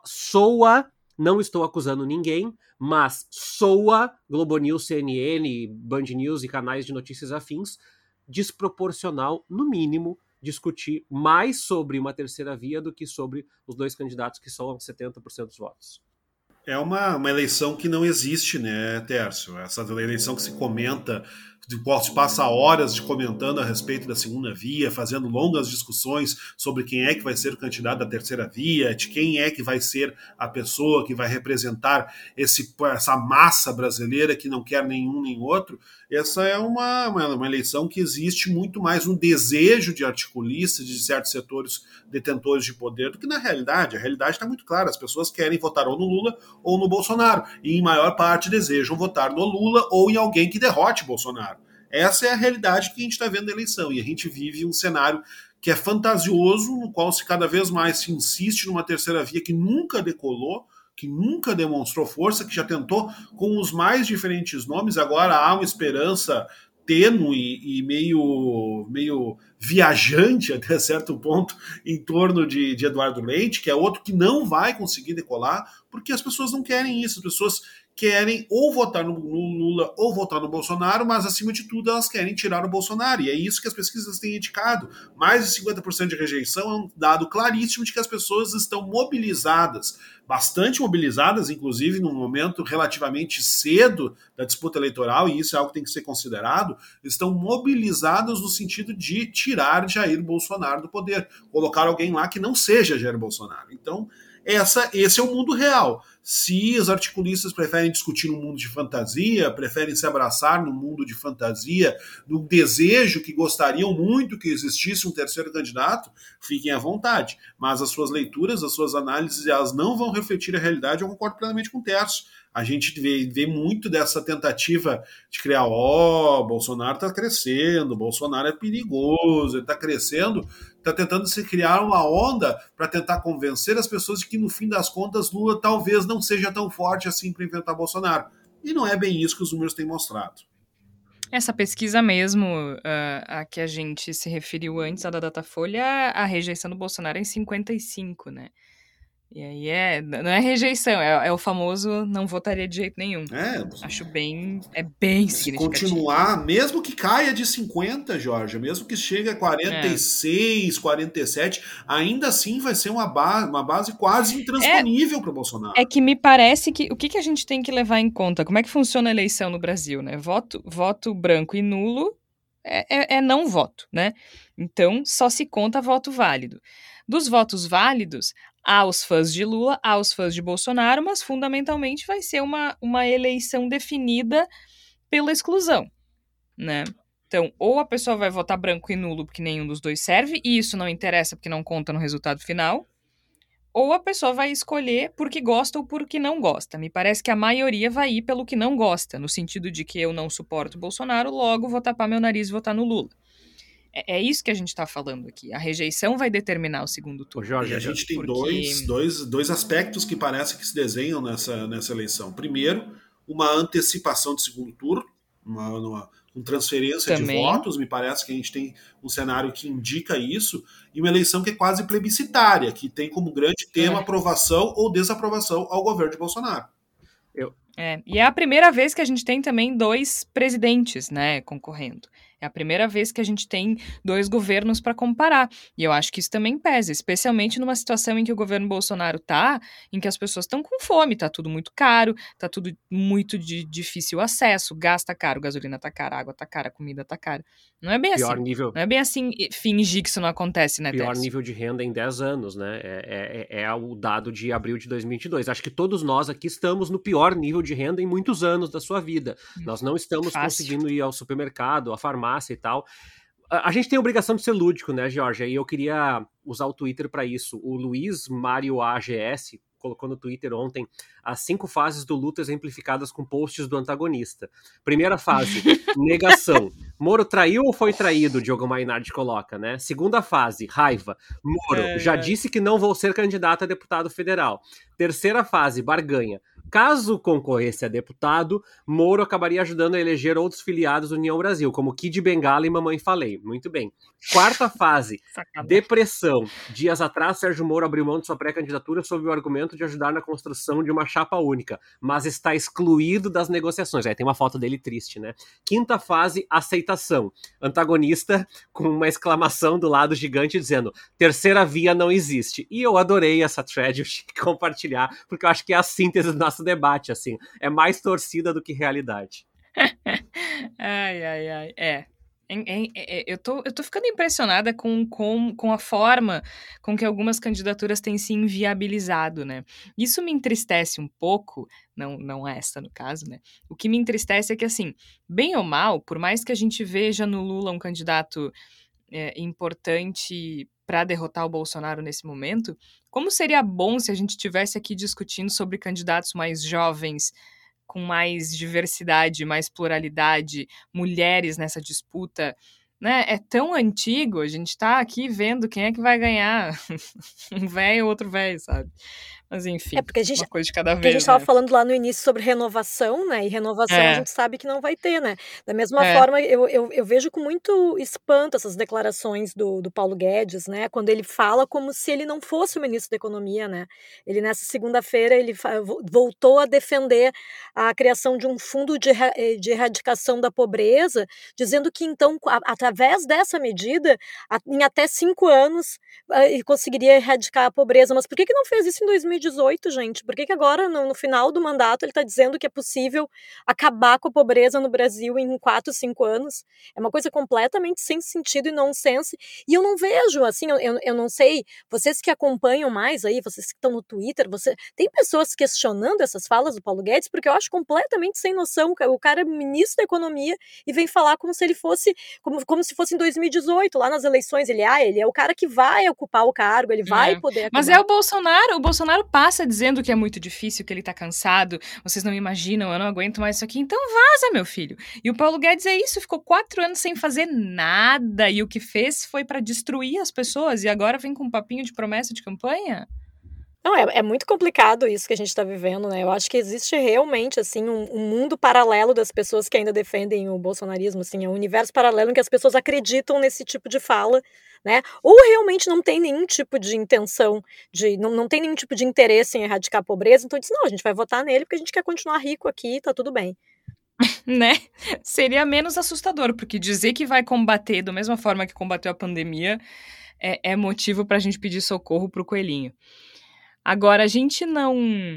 soa, não estou acusando ninguém, mas soa Globo News, C N N, Band News e canais de notícias afins, desproporcional, no mínimo, discutir mais sobre uma terceira via do que sobre os dois candidatos que somam setenta por cento dos votos. É uma, uma eleição que não existe, né, Tércio? Essa eleição que se comenta, de qual se passa horas de comentando a respeito da segunda via, fazendo longas discussões sobre quem é que vai ser o candidato da terceira via, de quem é que vai ser a pessoa que vai representar esse, essa massa brasileira que não quer nenhum nem outro. Essa é uma, uma, uma eleição que existe muito mais um desejo de articulistas, de certos setores detentores de poder, do que na realidade. A realidade está muito clara, as pessoas querem votar ou no Lula ou no Bolsonaro, e em maior parte desejam votar no Lula ou em alguém que derrote Bolsonaro. Essa é a realidade que a gente está vendo na eleição, e a gente vive um cenário que é fantasioso, no qual se cada vez mais se insiste numa terceira via que nunca decolou, que nunca demonstrou força, que já tentou com os mais diferentes nomes. Agora há uma esperança tênue e meio, meio viajante até certo ponto em torno de, de Eduardo Leite, que é outro que não vai conseguir decolar, porque as pessoas não querem isso, as pessoas querem ou votar no Lula ou votar no Bolsonaro, mas acima de tudo elas querem tirar o Bolsonaro, e é isso que as pesquisas têm indicado. Mais de cinquenta por cento de rejeição é um dado claríssimo de que as pessoas estão mobilizadas, bastante mobilizadas, inclusive num momento relativamente cedo da disputa eleitoral, e isso é algo que tem que ser considerado, estão mobilizadas no sentido de tirar Jair Bolsonaro do poder, colocar alguém lá que não seja Jair Bolsonaro. Então, Essa, esse é o mundo real. Se os articulistas preferem discutir um mundo de fantasia, preferem se abraçar num mundo de fantasia, no desejo que gostariam muito que existisse um terceiro candidato, fiquem à vontade. Mas as suas leituras, as suas análises, elas não vão refletir a realidade. Eu concordo plenamente com o Tércio. A gente vê, vê muito dessa tentativa de criar, ó, oh, Bolsonaro está crescendo, Bolsonaro é perigoso, ele está crescendo, está tentando se criar uma onda para tentar convencer as pessoas de que, no fim das contas, Lula talvez não seja tão forte assim para enfrentar Bolsonaro. E não é bem isso que os números têm mostrado. Essa pesquisa mesmo, uh, a que a gente se referiu antes, a da Datafolha, a rejeição do Bolsonaro é em cinquenta e cinco, né? E aí é, não é rejeição, é, é o famoso não votaria de jeito nenhum. É, Acho bem, é bem se significativo. continuar, mesmo que caia de cinquenta, Jorge, mesmo que chegue a quarenta e seis, é. quarenta e sete, ainda assim vai ser uma base, uma base quase intransponível é, para o Bolsonaro. É que me parece que o que, que a gente tem que levar em conta, como é que funciona a eleição no Brasil, né? Voto, voto branco e nulo é, é, é não voto, né? Então só se conta voto válido. Dos votos válidos, há os fãs de Lula, há os fãs de Bolsonaro, mas fundamentalmente vai ser uma, uma eleição definida pela exclusão, né? Então, ou a pessoa vai votar branco e nulo porque nenhum dos dois serve, e isso não interessa porque não conta no resultado final, ou a pessoa vai escolher porque gosta ou porque não gosta. Me parece que a maioria vai ir pelo que não gosta, no sentido de que eu não suporto Bolsonaro, logo vou tapar meu nariz e votar no Lula. É, é isso que a gente está falando aqui. A rejeição vai determinar o segundo turno. Ô Jorge, a gente tem porque... dois, dois, dois aspectos que parece que se desenham nessa, nessa eleição. Primeiro, uma antecipação de segundo turno, uma, uma, uma transferência Também. de votos. Me parece que a gente tem um cenário que indica isso, e uma eleição que é quase plebiscitária, que tem como grande tema é. aprovação ou desaprovação ao governo de Bolsonaro. Eu... É, e é a primeira vez que a gente tem também dois presidentes, né, concorrendo. É a primeira vez que a gente tem dois governos para comparar. E eu acho que isso também pesa, especialmente numa situação em que o governo Bolsonaro tá, em que as pessoas estão com fome, tá tudo muito caro, tá tudo muito de difícil acesso, gás tá caro, gasolina tá cara, água tá cara, comida tá cara. Não é bem pior assim. Nível, não é bem assim fingir que isso não acontece, né, Pior Tércio? nível de renda em dez anos, né? É, é, é o dado de abril de dois mil e vinte e dois. Acho que todos nós aqui estamos no pior nível de renda em muitos anos da sua vida. Hum, nós não estamos fácil. conseguindo ir ao supermercado, à farmácia e tal. A gente tem a obrigação de ser lúdico, né, Georgia? E eu queria usar o Twitter para isso. O Luiz Mário A G S colocou no Twitter ontem as cinco fases do luto exemplificadas com posts do antagonista. Primeira fase, negação. Moro traiu ou foi traído? Diogo Mainardi coloca, né? Segunda fase, raiva. Moro, é, já é. disse que não vou ser candidato a deputado federal. Terceira fase, barganha. Caso concorresse a deputado, Moro acabaria ajudando a eleger outros filiados do União Brasil, como Kid Bengala e Mamãe Falei. Muito bem. Quarta fase, depressão. Dias atrás, Sérgio Moro abriu mão de sua pré-candidatura sob o argumento de ajudar na construção de uma chapa única, mas está excluído das negociações. Aí tem uma foto dele triste, né? Quinta fase, aceitação. Antagonista com uma exclamação do lado gigante dizendo, terceira via não existe. E eu adorei essa thread, eu tinha que compartilhar, porque eu acho que é a síntese do nosso debate, assim. É mais torcida do que realidade. ai, ai, ai. É. É, é, é, eu, tô, eu tô ficando impressionada com, com, com a forma com que algumas candidaturas têm se inviabilizado, né? Isso me entristece um pouco, não, não esta no caso, né? O que me entristece é que, assim, bem ou mal, por mais que a gente veja no Lula um candidato é, importante para derrotar o Bolsonaro nesse momento, como seria bom se a gente estivesse aqui discutindo sobre candidatos mais jovens, com mais diversidade, mais pluralidade, mulheres nessa disputa, né? É tão antigo, a gente tá aqui vendo quem é que vai ganhar, um velho ou outro velho, sabe? Mas enfim, é porque a gente, uma coisa de cada vez. A gente estava né? falando lá no início sobre renovação, né? E renovação é. a gente sabe que não vai ter, né? Da mesma é. forma, eu, eu, eu vejo com muito espanto essas declarações do, do Paulo Guedes, né? Quando ele fala como se ele não fosse o ministro da Economia, né? Ele, nessa segunda-feira, ele voltou a defender a criação de um fundo de, de erradicação da pobreza, dizendo que, então, através dessa medida, em até cinco anos, ele conseguiria erradicar a pobreza. Mas por que que não fez isso em dois mil e dezoito, gente. Por que que agora, no, no final do mandato, ele está dizendo que é possível acabar com a pobreza no Brasil em quatro, cinco anos? É uma coisa completamente sem sentido e nonsense. E eu não vejo, assim, eu, eu, eu não sei, vocês que acompanham mais aí, vocês que estão no Twitter, você, tem pessoas questionando essas falas do Paulo Guedes, porque eu acho completamente sem noção. O cara é ministro da Economia e vem falar como se ele fosse, como, como se fosse em dois mil e dezoito, lá nas eleições. Ele, ah, ele é o cara que vai ocupar o cargo, ele vai É. poder acabar. Mas é o Bolsonaro, o Bolsonaro passa dizendo que é muito difícil, que ele tá cansado, vocês não imaginam, eu não aguento mais isso aqui, então vaza, meu filho. E o Paulo Guedes é isso, ficou quatro anos sem fazer nada, e o que fez foi pra destruir as pessoas, e agora vem com um papinho de promessa de campanha? Não, é, é muito complicado isso que a gente está vivendo, né? Eu acho que existe realmente, assim, um, um mundo paralelo das pessoas que ainda defendem o bolsonarismo, assim, é um universo paralelo em que as pessoas acreditam nesse tipo de fala, né? Ou realmente não tem nenhum tipo de intenção, de, não, não tem nenhum tipo de interesse em erradicar a pobreza, então diz, não, a gente vai votar nele porque a gente quer continuar rico aqui, tá tudo bem. Né? Seria menos assustador, porque dizer que vai combater da mesma forma que combateu a pandemia é, é motivo pra gente pedir socorro pro coelhinho. Agora, a gente não...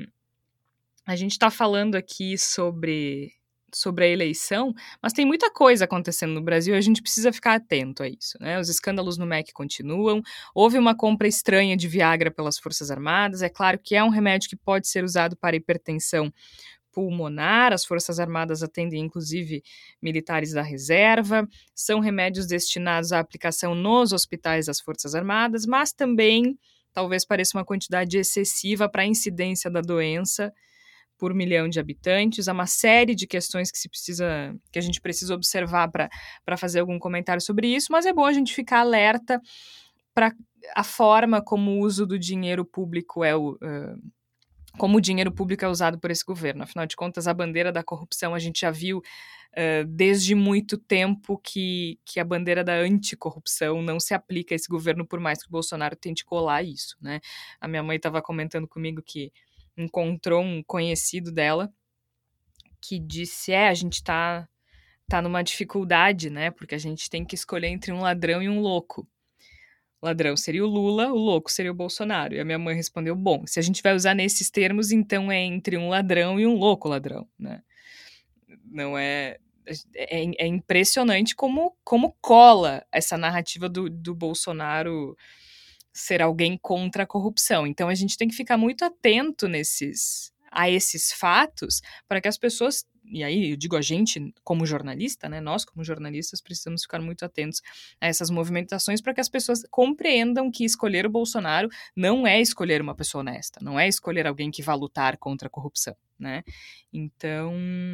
A gente tá falando aqui sobre, sobre a eleição, mas tem muita coisa acontecendo no Brasil e a gente precisa ficar atento a isso, né? Os escândalos no M E C continuam, houve uma compra estranha de Viagra pelas Forças Armadas, é claro que é um remédio que pode ser usado para hipertensão pulmonar, as Forças Armadas atendem inclusive militares da reserva, são remédios destinados à aplicação nos hospitais das Forças Armadas, mas também talvez pareça uma quantidade excessiva para a incidência da doença por milhão de habitantes. Há uma série de questões que, se precisa, que a gente precisa observar para fazer algum comentário sobre isso, mas é bom a gente ficar alerta para a forma como o uso do dinheiro público é o... Uh, como o dinheiro público é usado por esse governo. Afinal de contas, a bandeira da corrupção, a gente já viu uh, desde muito tempo que, que a bandeira da anticorrupção não se aplica a esse governo, por mais que o Bolsonaro tente colar isso, né? A minha mãe estava comentando comigo que encontrou um conhecido dela que disse, é, a gente tá, tá numa dificuldade, né? Porque a gente tem que escolher entre um ladrão e um louco. O ladrão seria o Lula, o louco seria o Bolsonaro. E a minha mãe respondeu, bom, se a gente vai usar nesses termos, então é entre um ladrão e um louco ladrão, né? Não é... É, é impressionante como, como cola essa narrativa do, do Bolsonaro ser alguém contra a corrupção. Então a gente tem que ficar muito atento nesses, a esses fatos para que as pessoas... E aí, eu digo a gente, como jornalista, né? Nós, como jornalistas, precisamos ficar muito atentos a essas movimentações para que as pessoas compreendam que escolher o Bolsonaro não é escolher uma pessoa honesta, não é escolher alguém que vá lutar contra a corrupção, né? Então,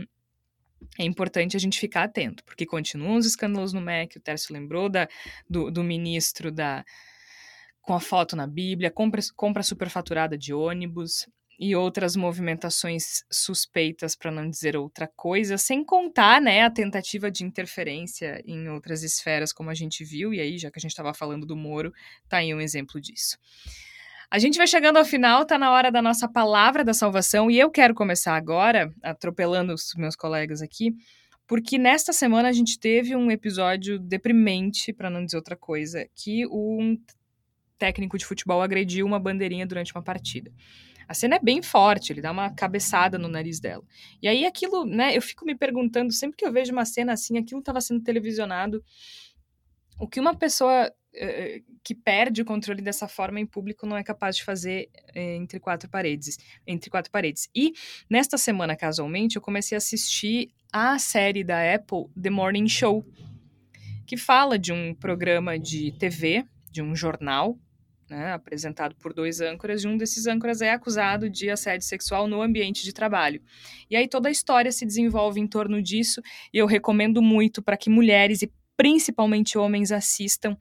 é importante a gente ficar atento, porque continuam os escândalos no M E C, o Tércio lembrou da, do, do ministro da, com a foto na Bíblia, compra, compra superfaturada de ônibus... e outras movimentações suspeitas, para não dizer outra coisa, sem contar, né, a tentativa de interferência em outras esferas, como a gente viu, e aí, já que a gente estava falando do Moro, tá aí um exemplo disso. A gente vai chegando ao final, tá na hora da nossa palavra da salvação, e eu quero começar agora, atropelando os meus colegas aqui, porque nesta semana a gente teve um episódio deprimente, para não dizer outra coisa, que um técnico de futebol agrediu uma bandeirinha durante uma partida. A cena é bem forte, ele dá uma cabeçada no nariz dela. E aí aquilo, né, eu fico me perguntando, sempre que eu vejo uma cena assim, aquilo estava sendo televisionado, o que uma pessoa uh, que perde o controle dessa forma em público não é capaz de fazer uh, entre quatro paredes, entre quatro paredes. E nesta semana, casualmente, eu comecei a assistir a série da Apple, The Morning Show, que fala de um programa de T V, de um jornal, né, apresentado por dois âncoras, e um desses âncoras é acusado de assédio sexual no ambiente de trabalho. E aí toda a história se desenvolve em torno disso, e eu recomendo muito para que mulheres e principalmente homens assistam,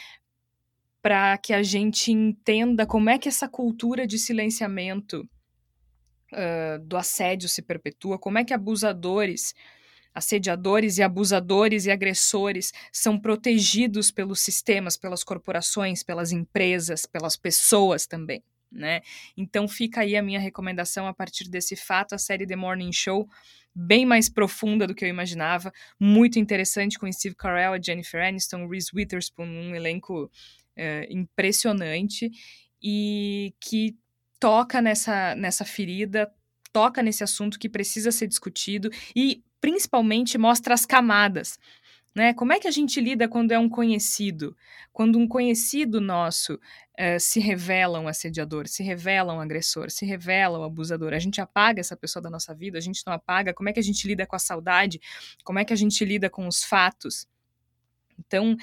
para que a gente entenda como é que essa cultura de silenciamento uh, do assédio se perpetua, como é que abusadores... assediadores e abusadores e agressores são protegidos pelos sistemas, pelas corporações, pelas empresas, pelas pessoas também, né? Então fica aí a minha recomendação a partir desse fato, a série The Morning Show, bem mais profunda do que eu imaginava, muito interessante, com Steve Carell, a Jennifer Aniston, Reese Witherspoon, um elenco uh, impressionante, e que toca nessa, nessa ferida, toca nesse assunto que precisa ser discutido e, principalmente, mostra as camadas. Né? Como é que a gente lida quando é um conhecido? Quando um conhecido nosso uh, se revela um assediador, se revela um agressor, se revela um abusador, a gente apaga essa pessoa da nossa vida? A gente não apaga? Como é que a gente lida com a saudade? Como é que a gente lida com os fatos? Então,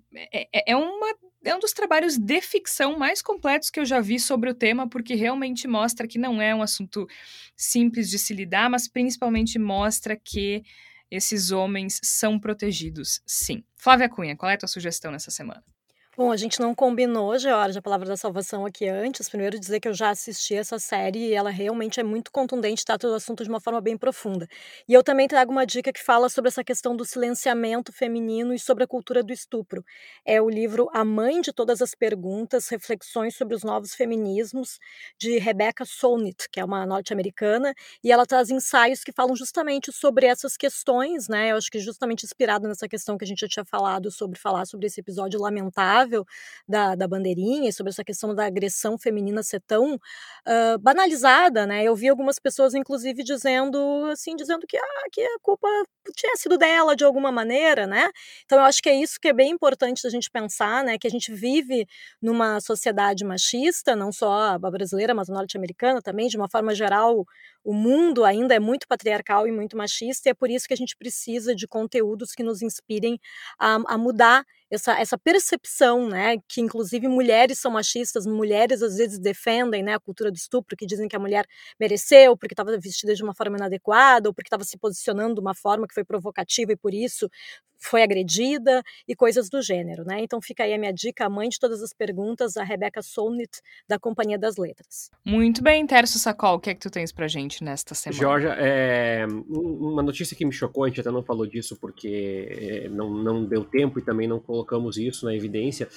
é, é, uma, é um dos trabalhos de ficção mais completos que eu já vi sobre o tema, porque realmente mostra que não é um assunto simples de se lidar, mas principalmente mostra que esses homens são protegidos, sim. Flávia Cunha, qual é a tua sugestão nessa semana? Bom, a gente não combinou, Georgia, a Palavra da Salvação aqui antes. Primeiro dizer que eu já assisti essa série e ela realmente é muito contundente, trata o assunto de uma forma bem profunda. E eu também trago uma dica que fala sobre essa questão do silenciamento feminino e sobre a cultura do estupro. É o livro A Mãe de Todas as Perguntas, Reflexões sobre os Novos Feminismos, de Rebecca Solnit, que é uma norte-americana, e ela traz ensaios que falam justamente sobre essas questões, né? Eu acho que justamente inspirado nessa questão que a gente já tinha falado sobre falar sobre esse episódio lamentável Da, da bandeirinha, sobre essa questão da agressão feminina ser tão uh, banalizada, né? Eu vi algumas pessoas, inclusive, dizendo assim, dizendo que, ah, que a culpa tinha sido dela de alguma maneira, né? Então eu acho que é isso que é bem importante da gente pensar, né? Que a gente vive numa sociedade machista, não só a brasileira, mas a norte-americana também, de uma forma geral, o mundo ainda é muito patriarcal e muito machista, e é por isso que a gente precisa de conteúdos que nos inspirem a, a mudar essa, essa percepção, né, que inclusive mulheres são machistas, mulheres às vezes defendem, né, a cultura do estupro, que dizem que a mulher mereceu porque estava vestida de uma forma inadequada ou porque estava se posicionando de uma forma que foi provocativa e por isso foi agredida e coisas do gênero, né? Então fica aí a minha dica, a mãe de todas as perguntas, a Rebecca Solnit, da Companhia das Letras. Muito bem, Tércio Sacol, o que é que tu tens pra gente nesta semana? Georgia, é, uma notícia que me chocou, a gente até não falou disso porque não, não deu tempo e também não colocamos isso na evidência.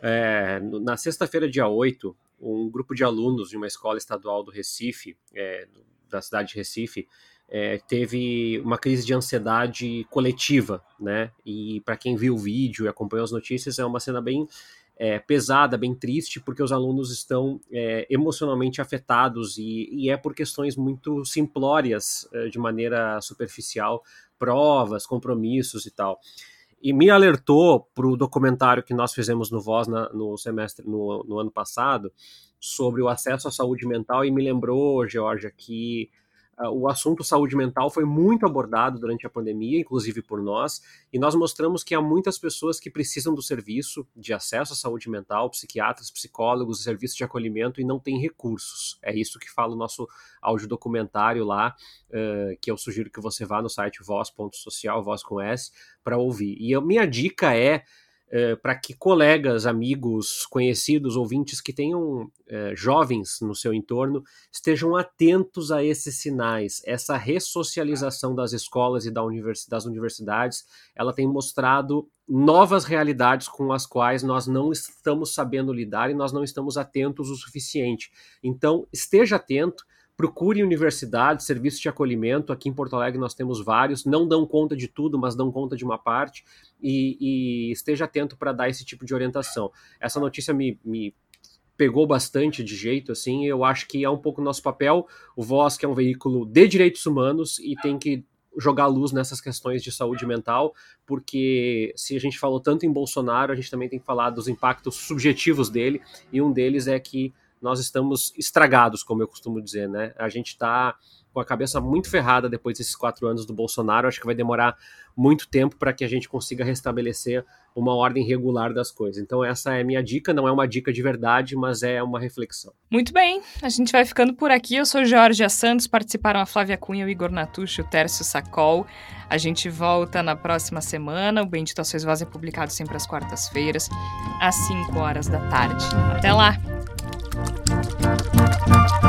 É, na sexta-feira, dia oito, um grupo de alunos de uma escola estadual do Recife, é, da cidade de Recife, É, teve uma crise de ansiedade coletiva, né? E para quem viu o vídeo e acompanhou as notícias, é uma cena bem é, pesada, bem triste, porque os alunos estão é, emocionalmente afetados e, e é por questões muito simplórias, é, de maneira superficial, provas, compromissos e tal. E me alertou para o documentário que nós fizemos no Voz na, no semestre, no, no ano passado, sobre o acesso à saúde mental, e me lembrou, Georgia, que Uh, o assunto saúde mental foi muito abordado durante a pandemia, inclusive por nós, e nós mostramos que há muitas pessoas que precisam do serviço de acesso à saúde mental, psiquiatras, psicólogos, serviços de acolhimento, e não têm recursos. É isso que fala o nosso audiodocumentário lá, uh, que eu sugiro que você vá no site voz ponto social, voz com S, para ouvir. E a minha dica é, Uh, para que colegas, amigos, conhecidos, ouvintes que tenham uh, jovens no seu entorno estejam atentos a esses sinais. Essa ressocialização das escolas e da universi- das universidades, ela tem mostrado novas realidades com as quais nós não estamos sabendo lidar e nós não estamos atentos o suficiente. Então, esteja atento. Procure universidades, serviços de acolhimento. Aqui em Porto Alegre nós temos vários, não dão conta de tudo, mas dão conta de uma parte, e, e esteja atento para dar esse tipo de orientação. Essa notícia me, me pegou bastante de jeito, assim, eu acho que é um pouco nosso papel, o Voz, que é um veículo de direitos humanos e tem que jogar luz nessas questões de saúde mental, porque se a gente falou tanto em Bolsonaro, a gente também tem que falar dos impactos subjetivos dele, e um deles é que nós estamos estragados, como eu costumo dizer, né? A gente está com a cabeça muito ferrada depois desses quatro anos do Bolsonaro. Acho que vai demorar muito tempo para que a gente consiga restabelecer uma ordem regular das coisas. Então essa é a minha dica, não é uma dica de verdade, mas é uma reflexão. Muito bem, a gente vai ficando por aqui. Eu sou Georgia Santos, participaram a Flávia Cunha, o Igor Natucci, o Tércio Sacol. A gente volta na próxima semana. O Bendito a Sois Voz é publicado sempre às quartas-feiras, às cinco horas da tarde. Até lá! Thank you.